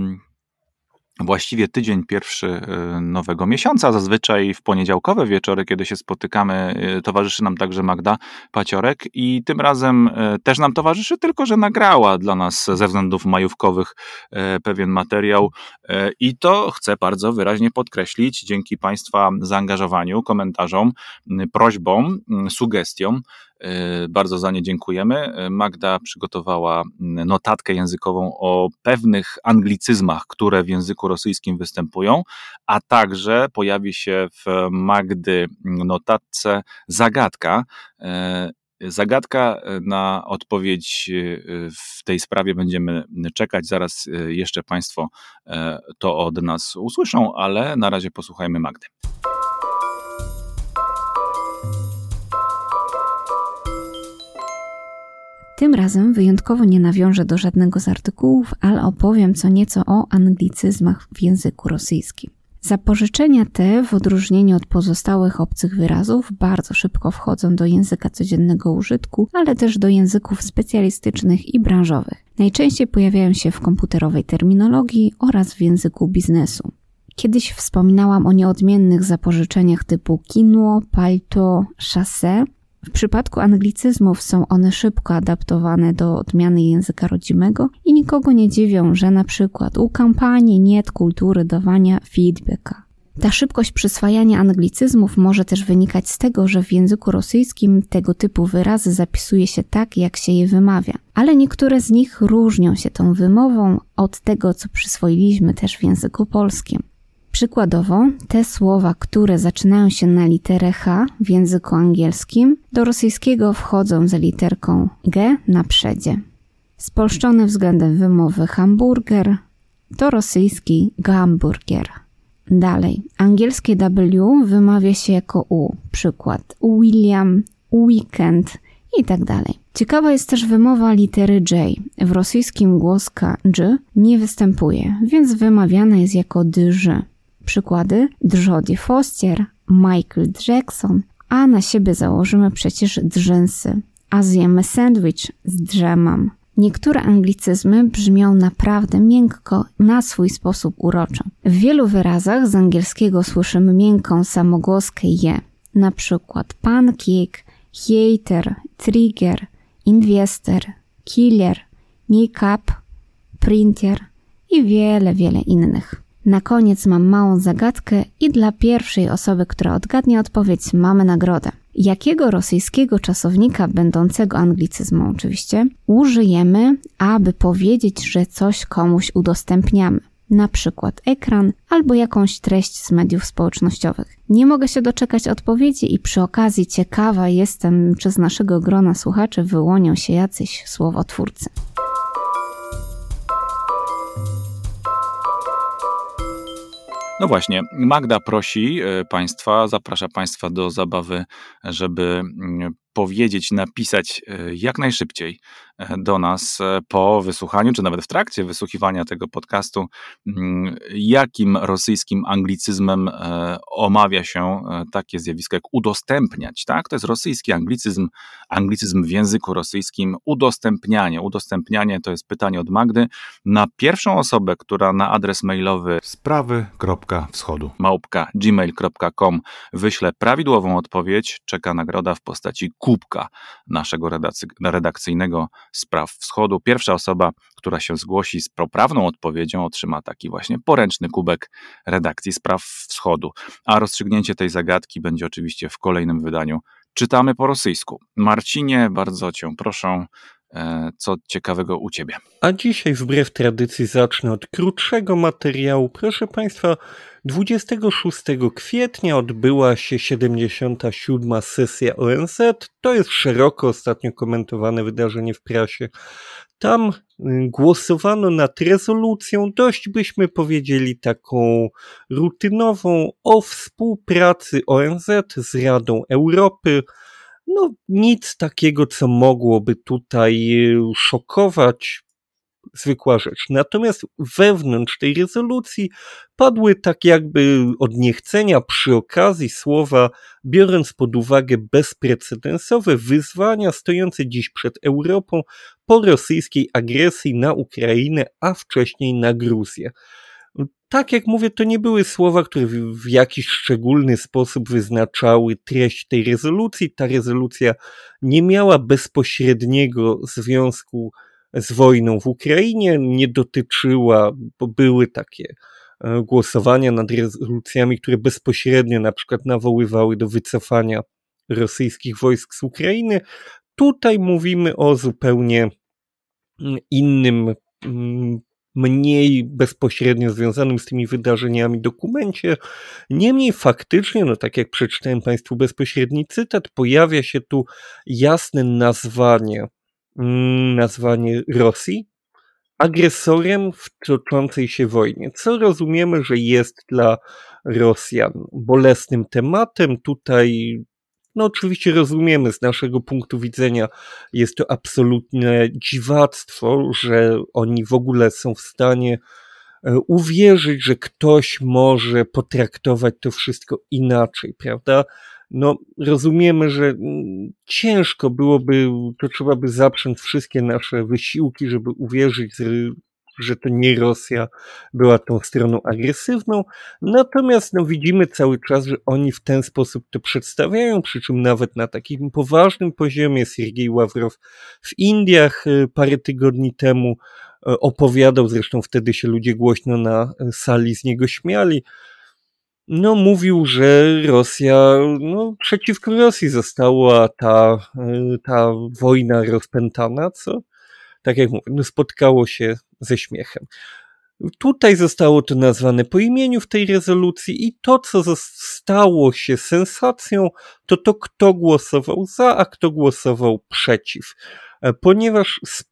właściwie tydzień pierwszy nowego miesiąca. Zazwyczaj w poniedziałkowe wieczory, kiedy się spotykamy, towarzyszy nam także Magda Paciorek i tym razem też nam towarzyszy, tylko że nagrała dla nas ze względów majówkowych pewien materiał i to chcę bardzo wyraźnie podkreślić dzięki Państwa zaangażowaniu, komentarzom, prośbom, sugestiom. Bardzo za nie dziękujemy. Magda przygotowała notatkę językową o pewnych anglicyzmach, które w języku rosyjskim występują, a także pojawi się w Magdy notatce zagadka. Zagadka na odpowiedź w tej sprawie będziemy czekać. Zaraz jeszcze Państwo to od nas usłyszą, ale na razie posłuchajmy Magdy. Tym razem wyjątkowo nie nawiążę do żadnego z artykułów, ale opowiem co nieco o anglicyzmach w języku rosyjskim. Zapożyczenia te, w odróżnieniu od pozostałych obcych wyrazów, bardzo szybko wchodzą do języka codziennego użytku, ale też do języków specjalistycznych i branżowych. Najczęściej pojawiają się w komputerowej terminologii oraz w języku biznesu. Kiedyś wspominałam o nieodmiennych zapożyczeniach typu kino, palto, chassé. W przypadku anglicyzmów są one szybko adaptowane do odmiany języka rodzimego i nikogo nie dziwią, że na przykład u kampanii nie ma kultury dawania feedbacka. Ta szybkość przyswajania anglicyzmów może też wynikać z tego, że w języku rosyjskim tego typu wyrazy zapisuje się tak, jak się je wymawia, ale niektóre z nich różnią się tą wymową od tego, co przyswoiliśmy też w języku polskim. Przykładowo, te słowa, które zaczynają się na literę H w języku angielskim, do rosyjskiego wchodzą za literką G na przedzie. Spolszczony względem wymowy hamburger to rosyjski Gamburger. Dalej, angielskie W wymawia się jako U. Przykład William, weekend i tak dalej. Ciekawa jest też wymowa litery J. W rosyjskim głoska Dż nie występuje, więc wymawiana jest jako dż. Przykłady: Jodie Foster, Michael Jackson, a na siebie założymy przecież drzęsy. A zjemy sandwich z drzemem. Niektóre anglicyzmy brzmią naprawdę miękko, na swój sposób uroczo. W wielu wyrazach z angielskiego słyszymy miękką samogłoskę je, na przykład pancake, hater, trigger, inwestor, killer, make-up, printer i wiele innych. Na koniec mam małą zagadkę i dla pierwszej osoby, która odgadnie odpowiedź, mamy nagrodę. Jakiego rosyjskiego czasownika, będącego anglicyzmem oczywiście, użyjemy, aby powiedzieć, że coś komuś udostępniamy? Na przykład ekran albo jakąś treść z mediów społecznościowych. Nie mogę się doczekać odpowiedzi i przy okazji ciekawa jestem, czy z naszego grona słuchaczy wyłonią się jacyś słowotwórcy. No właśnie, Magda prosi Państwa, zaprasza Państwa do zabawy, żeby powiedzieć, napisać jak najszybciej do nas po wysłuchaniu, czy nawet w trakcie wysłuchiwania tego podcastu, jakim rosyjskim anglicyzmem omawia się takie zjawisko jak udostępniać, tak? To jest rosyjski anglicyzm w języku rosyjskim, udostępnianie. Udostępnianie to jest pytanie od Magdy. Na pierwszą osobę, która na adres mailowy sprawy.wschodu@gmail.com wyśle prawidłową odpowiedź, czeka nagroda w postaci kubka naszego redakcyjnego Spraw Wschodu. Pierwsza osoba, która się zgłosi z poprawną odpowiedzią, otrzyma taki właśnie poręczny kubek redakcji Spraw Wschodu. A rozstrzygnięcie tej zagadki będzie oczywiście w kolejnym wydaniu Czytamy po rosyjsku. Marcinie, bardzo Cię proszę, co ciekawego u Ciebie? A dzisiaj wbrew tradycji zacznę od krótszego materiału. Proszę Państwa, 26 kwietnia odbyła się 77. sesja ONZ. To jest szeroko ostatnio komentowane wydarzenie w prasie. Tam głosowano nad rezolucją, dość byśmy powiedzieli taką rutynową, o współpracy ONZ z Radą Europy. No nic takiego, co mogłoby tutaj szokować, zwykła rzecz. Natomiast wewnątrz tej rezolucji padły tak jakby od niechcenia przy okazji słowa, biorąc pod uwagę bezprecedensowe wyzwania stojące dziś przed Europą po rosyjskiej agresji na Ukrainę, a wcześniej na Gruzję. Tak jak mówię, to nie były słowa, które w jakiś szczególny sposób wyznaczały treść tej rezolucji. Ta rezolucja nie miała bezpośredniego związku z wojną w Ukrainie, nie dotyczyła, bo były takie głosowania nad rezolucjami, które bezpośrednio na przykład nawoływały do wycofania rosyjskich wojsk z Ukrainy. Tutaj mówimy o zupełnie innym, mniej bezpośrednio związanym z tymi wydarzeniami dokumencie. Niemniej faktycznie, no tak jak przeczytałem Państwu bezpośredni cytat, pojawia się tu jasne nazwanie Rosji agresorem w toczącej się wojnie, co rozumiemy, że jest dla Rosjan bolesnym tematem. Tutaj no oczywiście rozumiemy, z naszego punktu widzenia jest to absolutne dziwactwo, że oni w ogóle są w stanie uwierzyć, że ktoś może potraktować to wszystko inaczej, prawda? No rozumiemy, że ciężko byłoby, to trzeba by zaprzęć wszystkie nasze wysiłki, żeby uwierzyć, że to nie Rosja była tą stroną agresywną, natomiast no, widzimy cały czas, że oni w ten sposób to przedstawiają, przy czym nawet na takim poważnym poziomie. Siergiej Ławrow w Indiach parę tygodni temu opowiadał, zresztą wtedy się ludzie głośno na sali z niego śmiali, no mówił, że Rosja, no przeciwko Rosji została ta wojna rozpętana, co tak jak mówię, no spotkało się ze śmiechem. Tutaj zostało to nazwane po imieniu w tej rezolucji i to, co stało się sensacją, to kto głosował za, a kto głosował przeciw. Ponieważ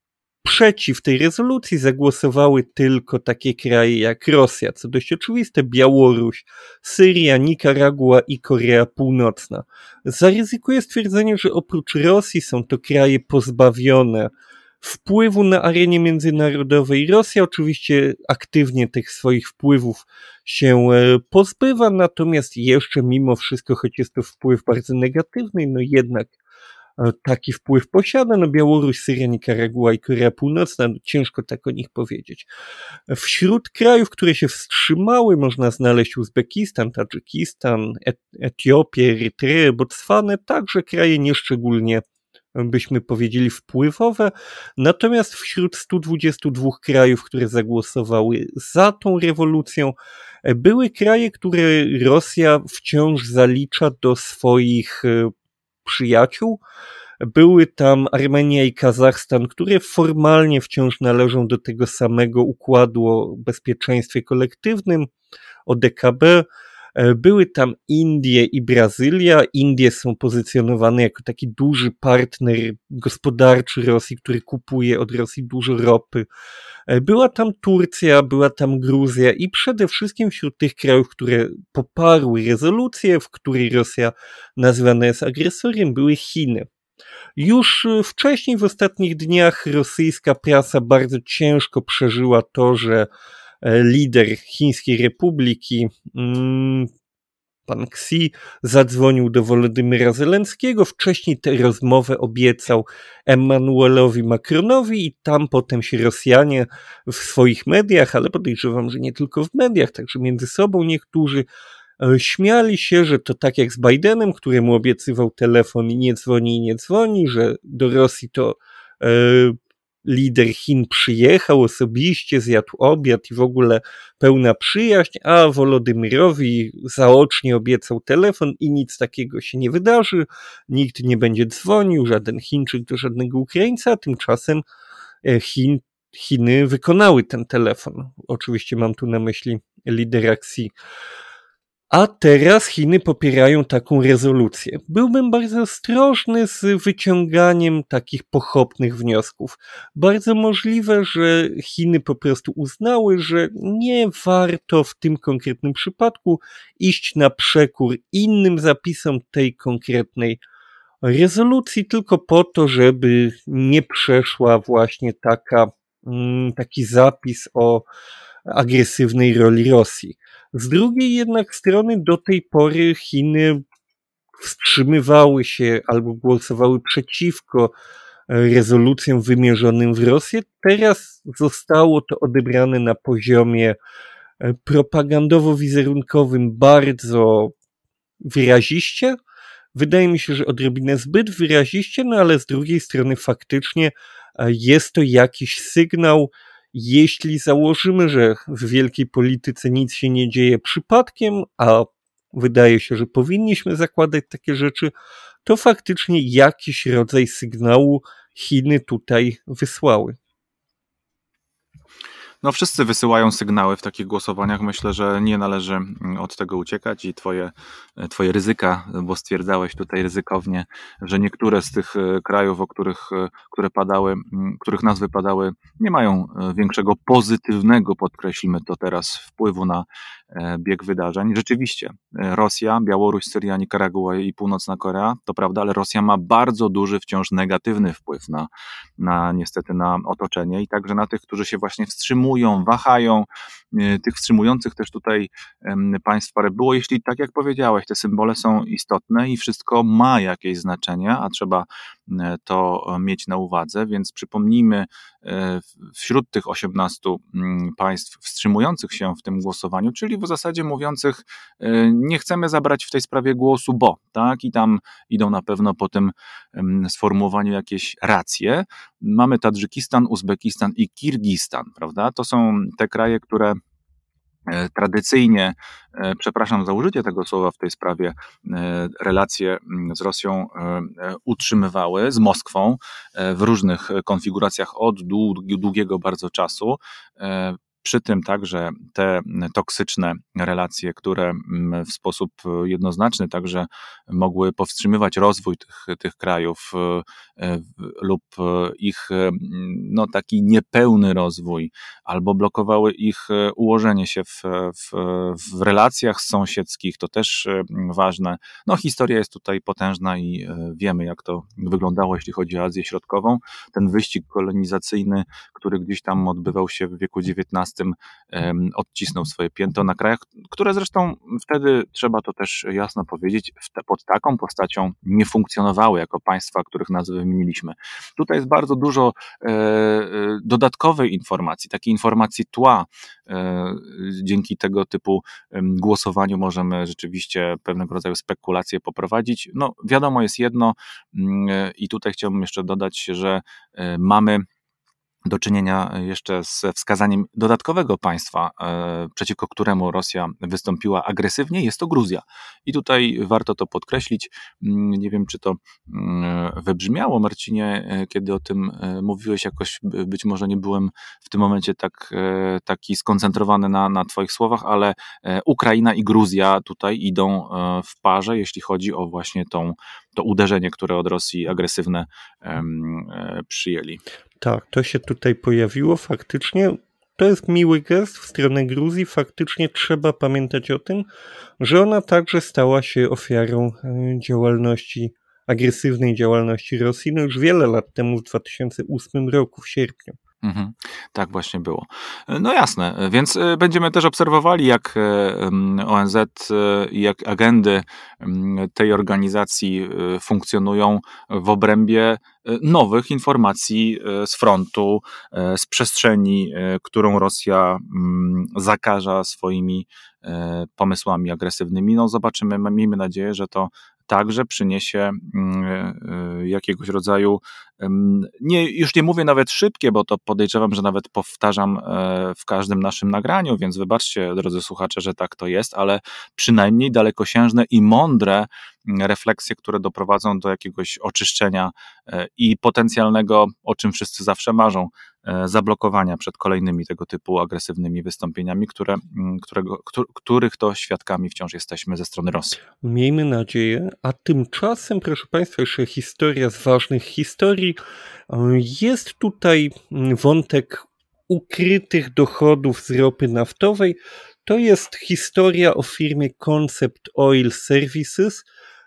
Przeciw tej rezolucji zagłosowały tylko takie kraje jak Rosja, co dość oczywiste, Białoruś, Syria, Nikaragua i Korea Północna. Zaryzykuję stwierdzenie, że oprócz Rosji są to kraje pozbawione wpływu na arenie międzynarodowej. Rosja oczywiście aktywnie tych swoich wpływów się pozbywa, natomiast jeszcze mimo wszystko, choć jest to wpływ bardzo negatywny, no jednak taki wpływ posiada. No Białoruś, Syria, Nikaragua i Korea Północna, no ciężko tak o nich powiedzieć. Wśród krajów, które się wstrzymały, można znaleźć Uzbekistan, Tadżykistan, Etiopię, Erytreę, Botswanę, także kraje nieszczególnie, byśmy powiedzieli, wpływowe. Natomiast wśród 122 krajów, które zagłosowały za tą rewolucją, były kraje, które Rosja wciąż zalicza do swoich przyjaciół. Były tam Armenia i Kazachstan, które formalnie wciąż należą do tego samego układu o bezpieczeństwie kolektywnym, o DKB. Były tam Indie i Brazylia. Indie są pozycjonowane jako taki duży partner gospodarczy Rosji, który kupuje od Rosji dużo ropy. Była tam Turcja, była tam Gruzja i przede wszystkim wśród tych krajów, które poparły rezolucję, w której Rosja nazywana jest agresorem, były Chiny. Już wcześniej, w ostatnich dniach, rosyjska prasa bardzo ciężko przeżyła to, że lider Chińskiej Republiki, pan Xi, zadzwonił do Wolodymyra Zełenskiego. Wcześniej tę rozmowę obiecał Emmanuelowi Macronowi i tam potem się Rosjanie w swoich mediach, ale podejrzewam, że nie tylko w mediach, także między sobą niektórzy śmiali się, że to tak jak z Bidenem, któremu obiecywał telefon i nie dzwoni, że do Rosji to lider Chin przyjechał osobiście, zjadł obiad i w ogóle pełna przyjaźń, a Wolodymyrowi zaocznie obiecał telefon i nic takiego się nie wydarzy, nikt nie będzie dzwonił, żaden Chińczyk do żadnego Ukraińca, a tymczasem Chiny wykonały ten telefon. Oczywiście mam tu na myśli lidera Xi. A teraz Chiny popierają taką rezolucję. Byłbym bardzo ostrożny z wyciąganiem takich pochopnych wniosków. Bardzo możliwe, że Chiny po prostu uznały, że nie warto w tym konkretnym przypadku iść na przekór innym zapisom tej konkretnej rezolucji, tylko po to, żeby nie przeszła właśnie taki zapis o agresywnej roli Rosji. Z drugiej jednak strony do tej pory Chiny wstrzymywały się albo głosowały przeciwko rezolucjom wymierzonym w Rosję. Teraz zostało to odebrane na poziomie propagandowo-wizerunkowym bardzo wyraziście. Wydaje mi się, że odrobinę zbyt wyraziście, no ale z drugiej strony faktycznie jest to jakiś sygnał. Jeśli założymy, że w wielkiej polityce nic się nie dzieje przypadkiem, a wydaje się, że powinniśmy zakładać takie rzeczy, to faktycznie jakiś rodzaj sygnału Chiny tutaj wysłały. No wszyscy wysyłają sygnały w takich głosowaniach. Myślę, że nie należy od tego uciekać i twoje ryzyka, bo stwierdzałeś tutaj ryzykownie, że niektóre z tych krajów, których nazwy padały, nie mają większego pozytywnego, podkreślmy to teraz, wpływu na bieg wydarzeń. Rzeczywiście Rosja, Białoruś, Syria, Nikaragua i Północna Korea, to prawda, ale Rosja ma bardzo duży wciąż negatywny wpływ niestety na otoczenie i także na tych, którzy się właśnie wstrzymują, wahają. Tych wstrzymujących też tutaj państw parę było. Jeśli, tak jak powiedziałeś, te symbole są istotne i wszystko ma jakieś znaczenie, a trzeba to mieć na uwadze, więc przypomnijmy, wśród tych 18 państw wstrzymujących się w tym głosowaniu, czyli w zasadzie mówiących, nie chcemy zabrać w tej sprawie głosu, bo, tak, i tam idą na pewno po tym sformułowaniu jakieś racje. Mamy Tadżykistan, Uzbekistan i Kirgistan, prawda? To są te kraje, które tradycyjnie, przepraszam za użycie tego słowa w tej sprawie, relacje z Rosją utrzymywały, z Moskwą w różnych konfiguracjach od długiego bardzo czasu. Przy tym także te toksyczne relacje, które w sposób jednoznaczny także mogły powstrzymywać rozwój tych krajów lub ich taki niepełny rozwój, albo blokowały ich ułożenie się w relacjach sąsiedzkich, to też ważne. Historia jest tutaj potężna i wiemy, jak to wyglądało, jeśli chodzi o Azję Środkową. Ten wyścig kolonizacyjny, który gdzieś tam odbywał się w wieku XIX, odcisnął swoje piętno na krajach, które zresztą wtedy, trzeba to też jasno powiedzieć, pod taką postacią nie funkcjonowały jako państwa, których nazwy wymieniliśmy. Tutaj jest bardzo dużo dodatkowej informacji, takiej informacji tła. Dzięki tego typu głosowaniu możemy rzeczywiście pewnego rodzaju spekulacje poprowadzić. Wiadomo jest jedno i tutaj chciałbym jeszcze dodać, że mamy do czynienia jeszcze z wskazaniem dodatkowego państwa, przeciwko któremu Rosja wystąpiła agresywnie, jest to Gruzja. I tutaj warto to podkreślić. Nie wiem, czy to wybrzmiało, Marcinie, kiedy o tym mówiłeś, jakoś być może nie byłem w tym momencie taki skoncentrowany na twoich słowach, ale Ukraina i Gruzja tutaj idą w parze, jeśli chodzi o właśnie to uderzenie, które od Rosji agresywne przyjęli. Tak, to się tutaj pojawiło faktycznie. To jest miły gest w stronę Gruzji. Faktycznie trzeba pamiętać o tym, że ona także stała się ofiarą agresywnej działalności Rosji już wiele lat temu, w 2008 roku, w sierpniu. Tak właśnie było. Jasne, więc będziemy też obserwowali, jak ONZ i jak agendy tej organizacji funkcjonują w obrębie nowych informacji z frontu, z przestrzeni, którą Rosja zakaża swoimi pomysłami agresywnymi. Zobaczymy, miejmy nadzieję, że to także przyniesie jakiegoś rodzaju, już nie mówię nawet szybkie, bo to podejrzewam, że nawet powtarzam w każdym naszym nagraniu, więc wybaczcie, drodzy słuchacze, że tak to jest, ale przynajmniej dalekosiężne i mądre refleksje, które doprowadzą do jakiegoś oczyszczenia i potencjalnego, o czym wszyscy zawsze marzą, zablokowania przed kolejnymi tego typu agresywnymi wystąpieniami, których to świadkami wciąż jesteśmy ze strony Rosji. Miejmy nadzieję, a tymczasem, proszę Państwa, jeszcze historia z ważnych historii. Jest tutaj wątek ukrytych dochodów z ropy naftowej. To jest historia o firmie Concept Oil Services,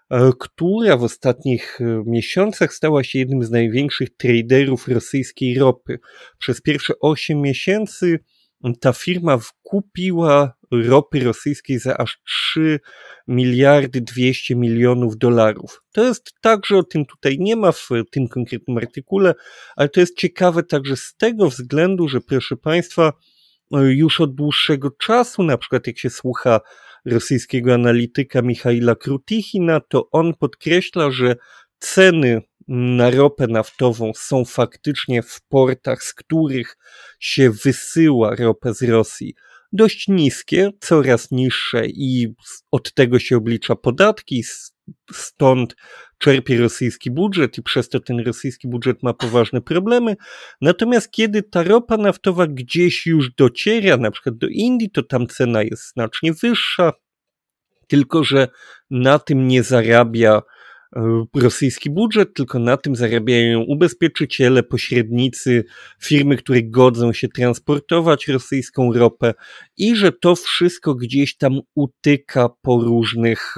która w ostatnich miesiącach stała się jednym z największych traderów rosyjskiej ropy. Przez pierwsze 8 miesięcy ta firma kupiła ropy rosyjskiej za aż 3 miliardy 200 milionów dolarów. To jest także, o tym tutaj nie ma w tym konkretnym artykule, ale to jest ciekawe także z tego względu, że proszę Państwa, już od dłuższego czasu, na przykład jak się słucha rosyjskiego analityka Michaila Krutichina, to on podkreśla, że ceny na ropę naftową są faktycznie w portach, z których się wysyła ropę z Rosji, dość niskie, coraz niższe i od tego się oblicza podatki, stąd czerpie rosyjski budżet i przez to ten rosyjski budżet ma poważne problemy. Natomiast kiedy ta ropa naftowa gdzieś już dociera, na przykład do Indii, to tam cena jest znacznie wyższa, tylko że na tym nie zarabia rosyjski budżet, tylko na tym zarabiają ubezpieczyciele, pośrednicy, firmy, które godzą się transportować rosyjską ropę i że to wszystko gdzieś tam utyka po różnych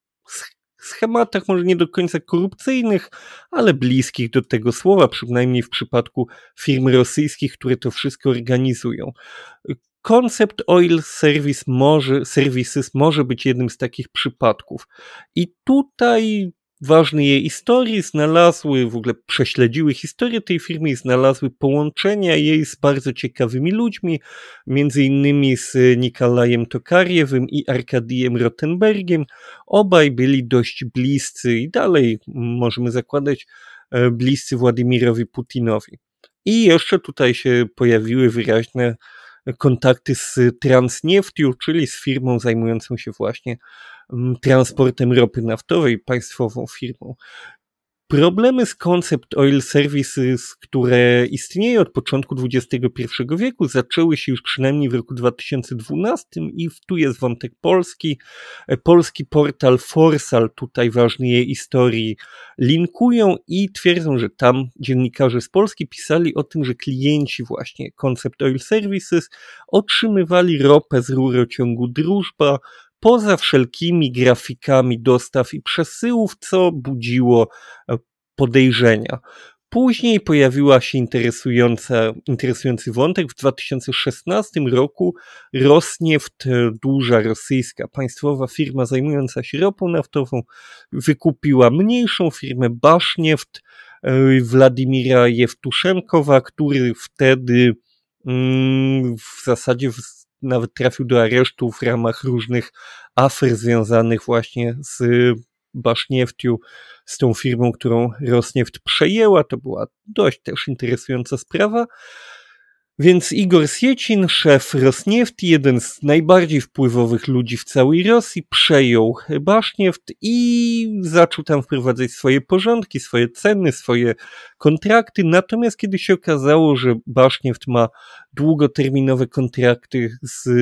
schematach, może nie do końca korupcyjnych, ale bliskich do tego słowa, przynajmniej w przypadku firm rosyjskich, które to wszystko organizują. Concept Oil Services może być jednym z takich przypadków. I tutaj ważne jej historie w ogóle prześledziły historię tej firmy i znalazły połączenia jej z bardzo ciekawymi ludźmi, między innymi z Nikolajem Tokarjewem i Arkadijem Rotenbergiem. Obaj byli dość bliscy i dalej możemy zakładać bliscy Władimirowi Putinowi. I jeszcze tutaj się pojawiły wyraźne kontakty z Transneftiu, czyli z firmą zajmującą się właśnie transportem ropy naftowej, państwową firmą. Problemy z Concept Oil Services, które istnieją od początku XXI wieku, zaczęły się już przynajmniej w roku 2012 i tu jest wątek polski. Polski portal Forsal, tutaj ważny jej historii, linkują i twierdzą, że tam dziennikarze z Polski pisali o tym, że klienci właśnie Concept Oil Services otrzymywali ropę z rurociągu Drużba poza wszelkimi grafikami dostaw i przesyłów, co budziło podejrzenia. Później pojawiła się interesujący wątek. W 2016 roku Rosnieft, duża rosyjska państwowa firma zajmująca się ropą naftową, wykupiła mniejszą firmę Bashneft Władimira Jewtuszenkowa, który wtedy w zasadzie nawet trafił do aresztu w ramach różnych afer związanych właśnie z Basznieftiu, z tą firmą, którą Rosnieft przejęła. To była dość też interesująca sprawa. Więc Igor Siecin, szef Rosniefti, jeden z najbardziej wpływowych ludzi w całej Rosji, przejął Basznieft i zaczął tam wprowadzać swoje porządki, swoje ceny, swoje kontrakty. Natomiast kiedy się okazało, że Basznieft ma długoterminowe kontrakty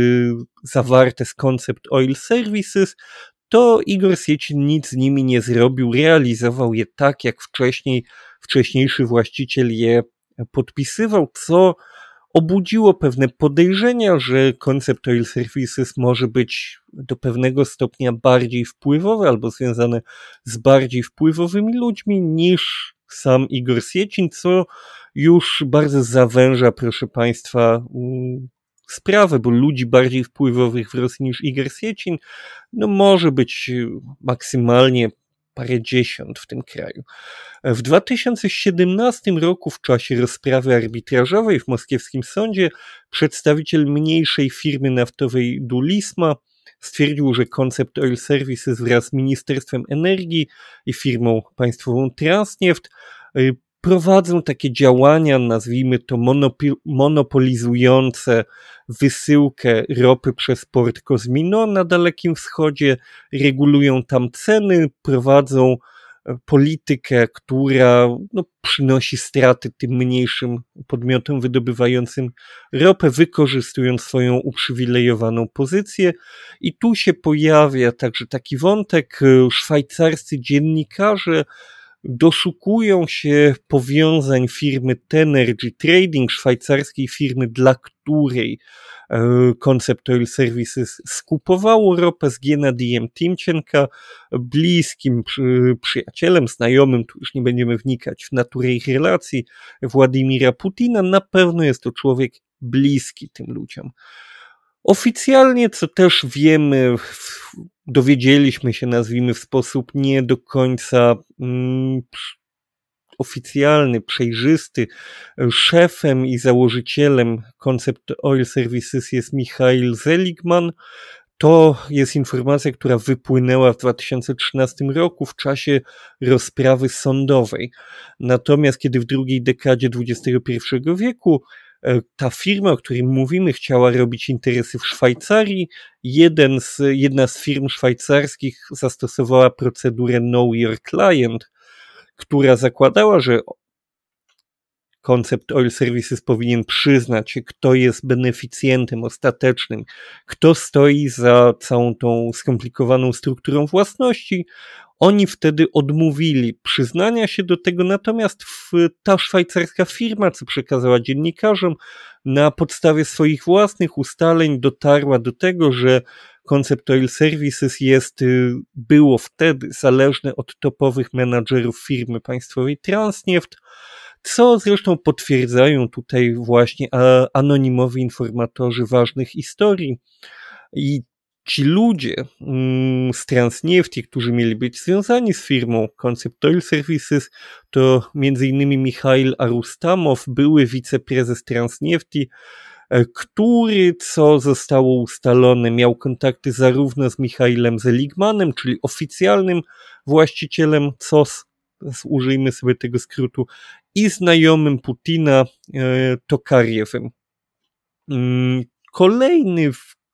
zawarte z Concept Oil Services, to Igor Siecin nic z nimi nie zrobił, realizował je tak, jak wcześniejszy właściciel je podpisywał, co obudziło pewne podejrzenia, że Concept Oil Services może być do pewnego stopnia bardziej wpływowe albo związane z bardziej wpływowymi ludźmi niż sam Igor Siecin, co już bardzo zawęża, proszę Państwa, sprawę, bo ludzi bardziej wpływowych w Rosji niż Igor Siecin, no może być maksymalnie parędziesiąt w tym kraju. W 2017 roku w czasie rozprawy arbitrażowej w moskiewskim sądzie przedstawiciel mniejszej firmy naftowej Dulisma stwierdził, że Concept Oil Services wraz z Ministerstwem Energii i firmą państwową Transneft prowadzą takie działania, nazwijmy to monopolizujące wysyłkę ropy przez port Kozmino na Dalekim Wschodzie, regulują tam ceny, prowadzą politykę, która przynosi straty tym mniejszym podmiotom wydobywającym ropę, wykorzystując swoją uprzywilejowaną pozycję. I tu się pojawia także taki wątek, szwajcarscy dziennikarze doszukują się powiązań firmy Tenergy Trading, szwajcarskiej firmy, dla której Concept Oil Services skupowało ropę z Gennadijem Timczenka, bliskim przyjacielem, znajomym, tu już nie będziemy wnikać w naturę ich relacji, Władimira Putina. Na pewno jest to człowiek bliski tym ludziom. Oficjalnie, co też wiemy, dowiedzieliśmy się, nazwijmy w sposób nie do końca oficjalny, przejrzysty, szefem i założycielem Concept Oil Services jest Michail Seligman. To jest informacja, która wypłynęła w 2013 roku w czasie rozprawy sądowej. Natomiast kiedy w drugiej dekadzie XXI wieku ta firma, o której mówimy, chciała robić interesy w Szwajcarii, jedna z firm szwajcarskich zastosowała procedurę Know Your Client, która zakładała, że Concept Oil Services powinien przyznać się, kto jest beneficjentem ostatecznym, kto stoi za całą tą skomplikowaną strukturą własności. Oni wtedy odmówili przyznania się do tego, natomiast ta szwajcarska firma, co przekazała dziennikarzom, na podstawie swoich własnych ustaleń dotarła do tego, że Concept Oil Services było wtedy zależne od topowych menadżerów firmy państwowej Transneft, co zresztą potwierdzają tutaj właśnie anonimowi informatorzy ważnych historii. I ci ludzie z Transnefti, którzy mieli być związani z firmą Concept Oil Services, to m.in. Michail Arustamow, były wiceprezes Transnefti, który, co zostało ustalone, miał kontakty zarówno z Michailem Seligmanem, czyli oficjalnym właścicielem COS, użyjmy sobie tego skrótu, i znajomym Putina, Tokarjewem. Kolejny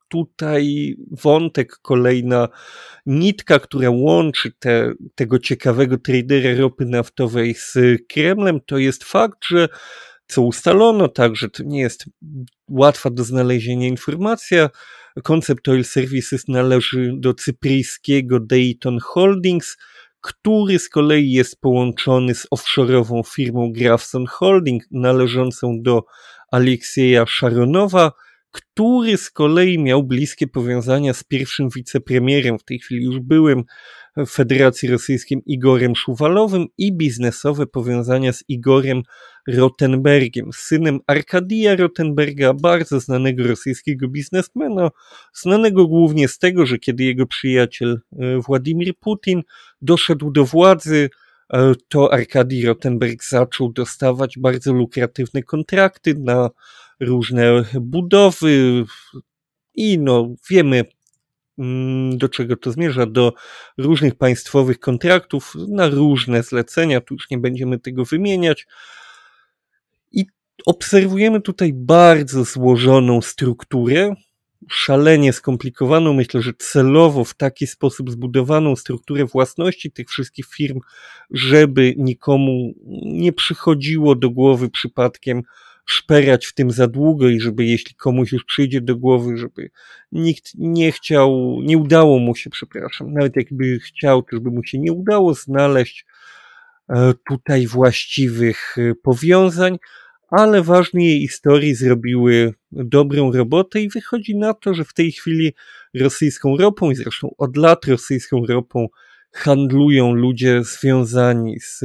tutaj wątek, kolejna nitka, która łączy tego ciekawego tradera ropy naftowej z Kremlem, to jest fakt, że co ustalono, także to nie jest łatwa do znalezienia informacja. Concept Oil Services należy do cypryjskiego Dayton Holdings, który z kolei jest połączony z offshore'ową firmą Grafson Holding, należącą do Aleksieja Sharonowa, który z kolei miał bliskie powiązania z pierwszym wicepremierem, w tej chwili już byłym w Federacji Rosyjskiej, Igorem Szuwalowym, i biznesowe powiązania z Igorem Rotenbergiem, synem Arkadija Rotenberga, bardzo znanego rosyjskiego biznesmena, znanego głównie z tego, że kiedy jego przyjaciel Władimir Putin doszedł do władzy, to Arkadij Rotenberg zaczął dostawać bardzo lukratywne kontrakty na różne budowy i wiemy, do czego to zmierza, do różnych państwowych kontraktów na różne zlecenia, tu już nie będziemy tego wymieniać. I obserwujemy tutaj bardzo złożoną strukturę, szalenie skomplikowaną, myślę, że celowo w taki sposób zbudowaną strukturę własności tych wszystkich firm, żeby nikomu nie przychodziło do głowy przypadkiem szperać w tym za długo i żeby jeśli komuś już przyjdzie do głowy, żeby nikt nie udało mu się, nawet jakby chciał, to żeby mu się nie udało znaleźć tutaj właściwych powiązań, ale ważne jej historii zrobiły dobrą robotę i wychodzi na to, że w tej chwili rosyjską ropą, i zresztą od lat rosyjską ropą handlują ludzie związani z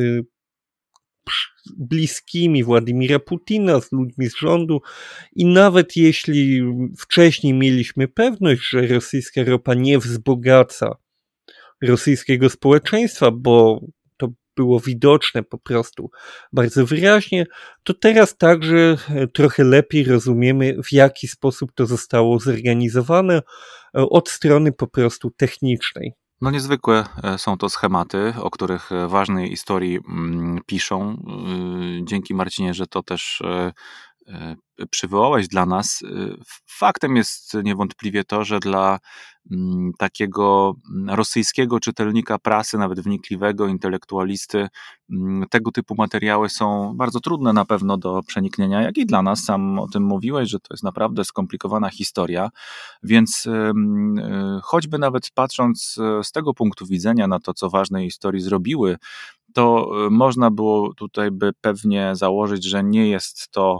bliskimi Władimira Putina, z ludźmi z rządu, i nawet jeśli wcześniej mieliśmy pewność, że rosyjska ropa nie wzbogaca rosyjskiego społeczeństwa, bo to było widoczne po prostu bardzo wyraźnie, to teraz także trochę lepiej rozumiemy, w jaki sposób to zostało zorganizowane od strony po prostu technicznej. No niezwykłe są to schematy, o których ważnej historii piszą. Dzięki, Marcinie, że to też przywołałeś dla nas. Faktem jest niewątpliwie to, że dla takiego rosyjskiego czytelnika prasy, nawet wnikliwego, intelektualisty, tego typu materiały są bardzo trudne na pewno do przeniknienia, jak i dla nas. Sam o tym mówiłeś, że to jest naprawdę skomplikowana historia, więc choćby nawet patrząc z tego punktu widzenia na to, co ważnej historii zrobiły, to można było tutaj by pewnie założyć, że nie jest to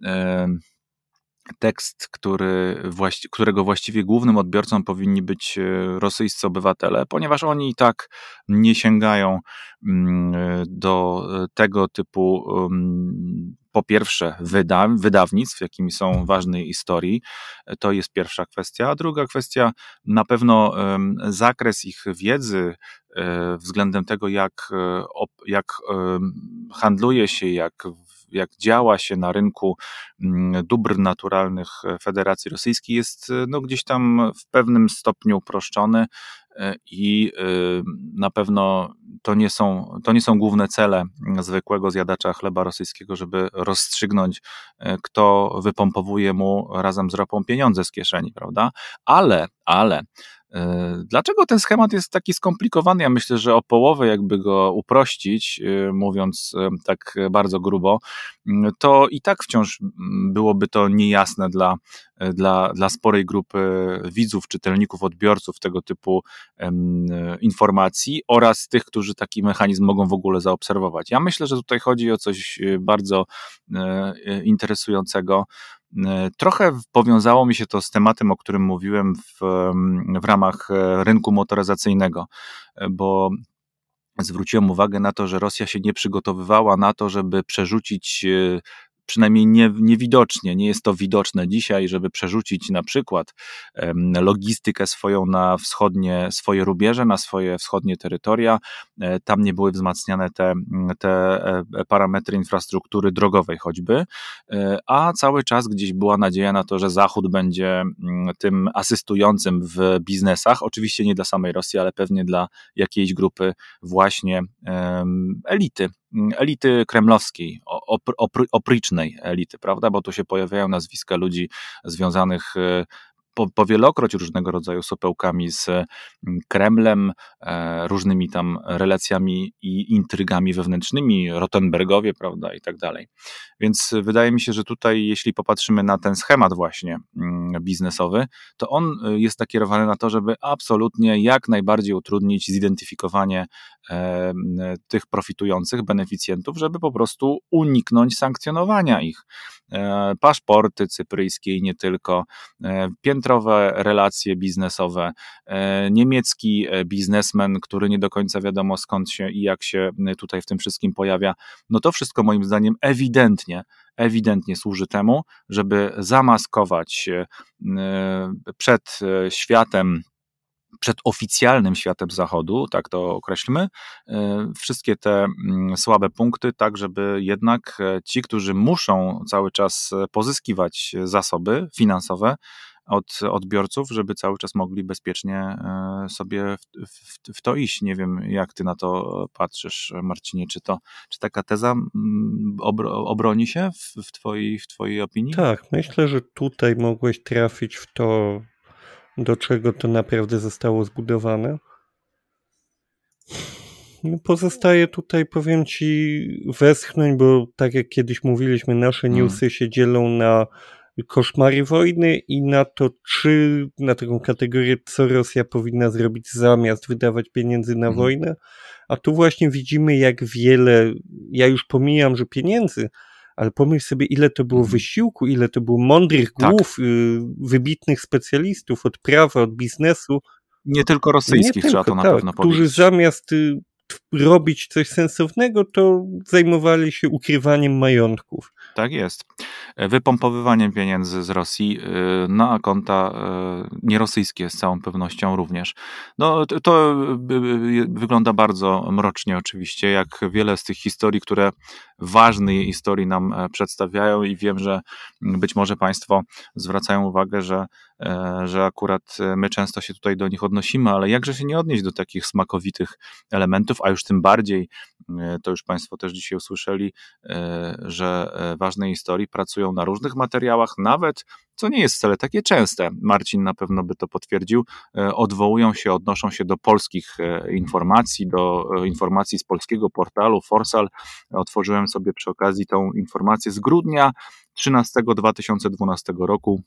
tekst, którego właściwie głównym odbiorcą powinni być rosyjscy obywatele, ponieważ oni i tak nie sięgają do tego typu, po pierwsze, wydawnictw, jakimi są ważnej historii. To jest pierwsza kwestia. A druga kwestia, na pewno zakres ich wiedzy względem tego, jak handluje się, jak działa się na rynku dóbr naturalnych Federacji Rosyjskiej, jest gdzieś tam w pewnym stopniu uproszczony i na pewno to nie są główne cele zwykłego zjadacza chleba rosyjskiego, żeby rozstrzygnąć, kto wypompowuje mu razem z ropą pieniądze z kieszeni, prawda? Ale dlaczego ten schemat jest taki skomplikowany? Ja myślę, że o połowę jakby go uprościć, mówiąc tak bardzo grubo, to i tak wciąż byłoby to niejasne dla sporej grupy widzów, czytelników, odbiorców tego typu informacji oraz tych, którzy taki mechanizm mogą w ogóle zaobserwować. Ja myślę, że tutaj chodzi o coś bardzo interesującego. Trochę powiązało mi się to z tematem, o którym mówiłem w ramach rynku motoryzacyjnego, bo zwróciłem uwagę na to, że Rosja się nie przygotowywała na to, żeby przerzucić, przynajmniej niewidocznie, nie jest to widoczne dzisiaj, żeby przerzucić na przykład logistykę swoją na swoje rubieże, na swoje wschodnie terytoria. Tam nie były wzmacniane te parametry infrastruktury drogowej choćby, a cały czas gdzieś była nadzieja na to, że Zachód będzie tym asystującym w biznesach, oczywiście nie dla samej Rosji, ale pewnie dla jakiejś grupy właśnie elity kremlowskiej, oprycznej elity, prawda, bo tu się pojawiają nazwiska ludzi związanych powielokroć różnego rodzaju sopełkami z Kremlem, różnymi tam relacjami i intrygami wewnętrznymi, Rottenbergowie, prawda, i tak dalej. Więc wydaje mi się, że tutaj, jeśli popatrzymy na ten schemat właśnie biznesowy, to on jest nakierowany na to, żeby absolutnie jak najbardziej utrudnić zidentyfikowanie tych profitujących beneficjentów, żeby po prostu uniknąć sankcjonowania ich. Paszporty cypryjskie i nie tylko, piętrowe relacje biznesowe, niemiecki biznesmen, który nie do końca wiadomo skąd się i jak się tutaj w tym wszystkim pojawia, no to wszystko moim zdaniem ewidentnie służy temu, żeby zamaskować przed światem, przed oficjalnym światem Zachodu, tak to określmy, wszystkie te słabe punkty, tak żeby jednak ci, którzy muszą cały czas pozyskiwać zasoby finansowe od odbiorców, żeby cały czas mogli bezpiecznie sobie w to iść. Nie wiem, jak ty na to patrzysz, Marcinie, czy taka teza obroni się w twojej opinii? Tak, myślę, że tutaj mogłeś trafić w to, do czego to naprawdę zostało zbudowane. Pozostaje tutaj, powiem ci, westchnąć, bo tak jak kiedyś mówiliśmy, nasze newsy się dzielą na koszmary wojny i na to, na taką kategorię, co Rosja powinna zrobić zamiast wydawać pieniędzy na wojnę, a tu właśnie widzimy, jak wiele, ja już pomijam, że pieniędzy, ale pomyśl sobie, ile to było wysiłku, ile to było mądrych głów, wybitnych specjalistów od prawa, od biznesu. Nie tylko rosyjskich, trzeba to na pewno powiedzieć. Którzy zamiast robić coś sensownego, to zajmowali się ukrywaniem majątków. Tak jest. Wypompowywaniem pieniędzy z Rosji na konta nierosyjskie z całą pewnością również. No to wygląda bardzo mrocznie oczywiście, jak wiele z tych historii, które ważnej historii nam przedstawiają i wiem, że być może Państwo zwracają uwagę, że akurat my często się tutaj do nich odnosimy, ale jakże się nie odnieść do takich smakowitych elementów, a już tym bardziej, to już Państwo też dzisiaj usłyszeli, że ważne historii pracują na różnych materiałach, nawet, co nie jest wcale takie częste, Marcin na pewno by to potwierdził, odnoszą się do polskich informacji, do informacji z polskiego portalu Forsal. Otworzyłem sobie przy okazji tą informację z grudnia 13 2012 roku,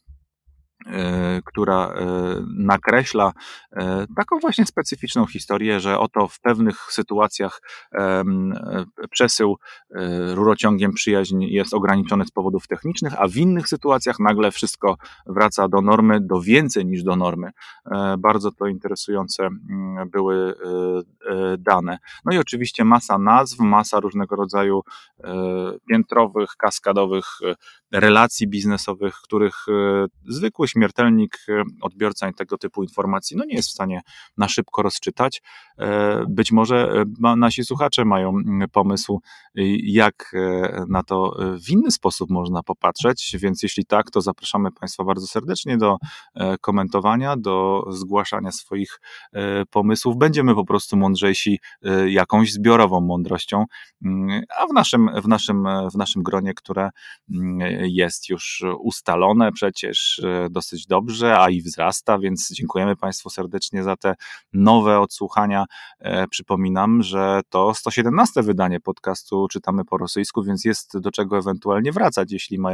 która nakreśla taką właśnie specyficzną historię, że oto w pewnych sytuacjach przesył rurociągiem Przyjaźń jest ograniczony z powodów technicznych, a w innych sytuacjach nagle wszystko wraca do normy, do więcej niż do normy. Bardzo to interesujące były dane. No i oczywiście masa nazw, masa różnego rodzaju piętrowych, kaskadowych relacji biznesowych, których zwykły śmiertelnik, odbiorca tego typu informacji nie jest w stanie na szybko rozczytać. Być może nasi słuchacze mają pomysł, jak na to w inny sposób można popatrzeć, więc jeśli tak, to zapraszamy Państwa bardzo serdecznie do komentowania, do zgłaszania swoich pomysłów. Będziemy po prostu mądrzejsi jakąś zbiorową mądrością, a w naszym gronie, które jest już ustalone przecież dosyć dobrze, a i wzrasta, więc dziękujemy Państwu serdecznie za te nowe odsłuchania. Przypominam, że to 117 wydanie podcastu Czytamy po rosyjsku, więc jest do czego ewentualnie wracać,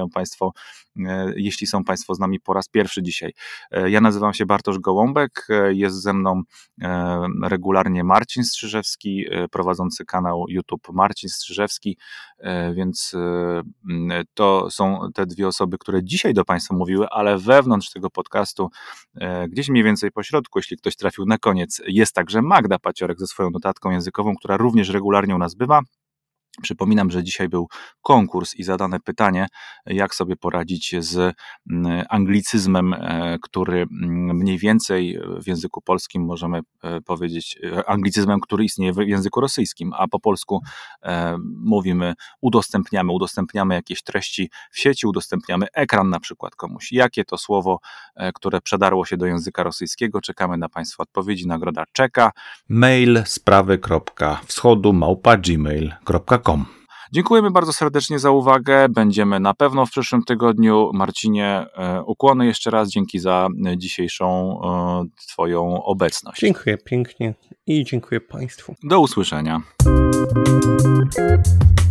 jeśli są Państwo z nami po raz pierwszy dzisiaj. Ja nazywam się Bartosz Gołąbek, jest ze mną regularnie Marcin Strzyżewski, prowadzący kanał YouTube Marcin Strzyżewski, więc to są te dwie osoby, które dzisiaj do Państwa mówiły, ale wewnątrz tego podcastu, gdzieś mniej więcej po środku, jeśli ktoś trafił na koniec, jest także Magda Paciorek ze swoją notatką językową, która również regularnie u nas bywa. Przypominam, że dzisiaj był konkurs i zadane pytanie, jak sobie poradzić z anglicyzmem, który mniej więcej w języku polskim możemy powiedzieć, anglicyzmem, który istnieje w języku rosyjskim, a po polsku mówimy udostępniamy jakieś treści w sieci, udostępniamy ekran na przykład komuś. Jakie to słowo, które przedarło się do języka rosyjskiego? Czekamy na Państwa odpowiedzi, nagroda czeka. Mail sprawy.wschodu@gmail.com. Dziękujemy bardzo serdecznie za uwagę. Będziemy na pewno w przyszłym tygodniu. Marcinie, ukłony jeszcze raz. Dzięki za dzisiejszą Twoją obecność. Dziękuję pięknie i dziękuję Państwu. Do usłyszenia.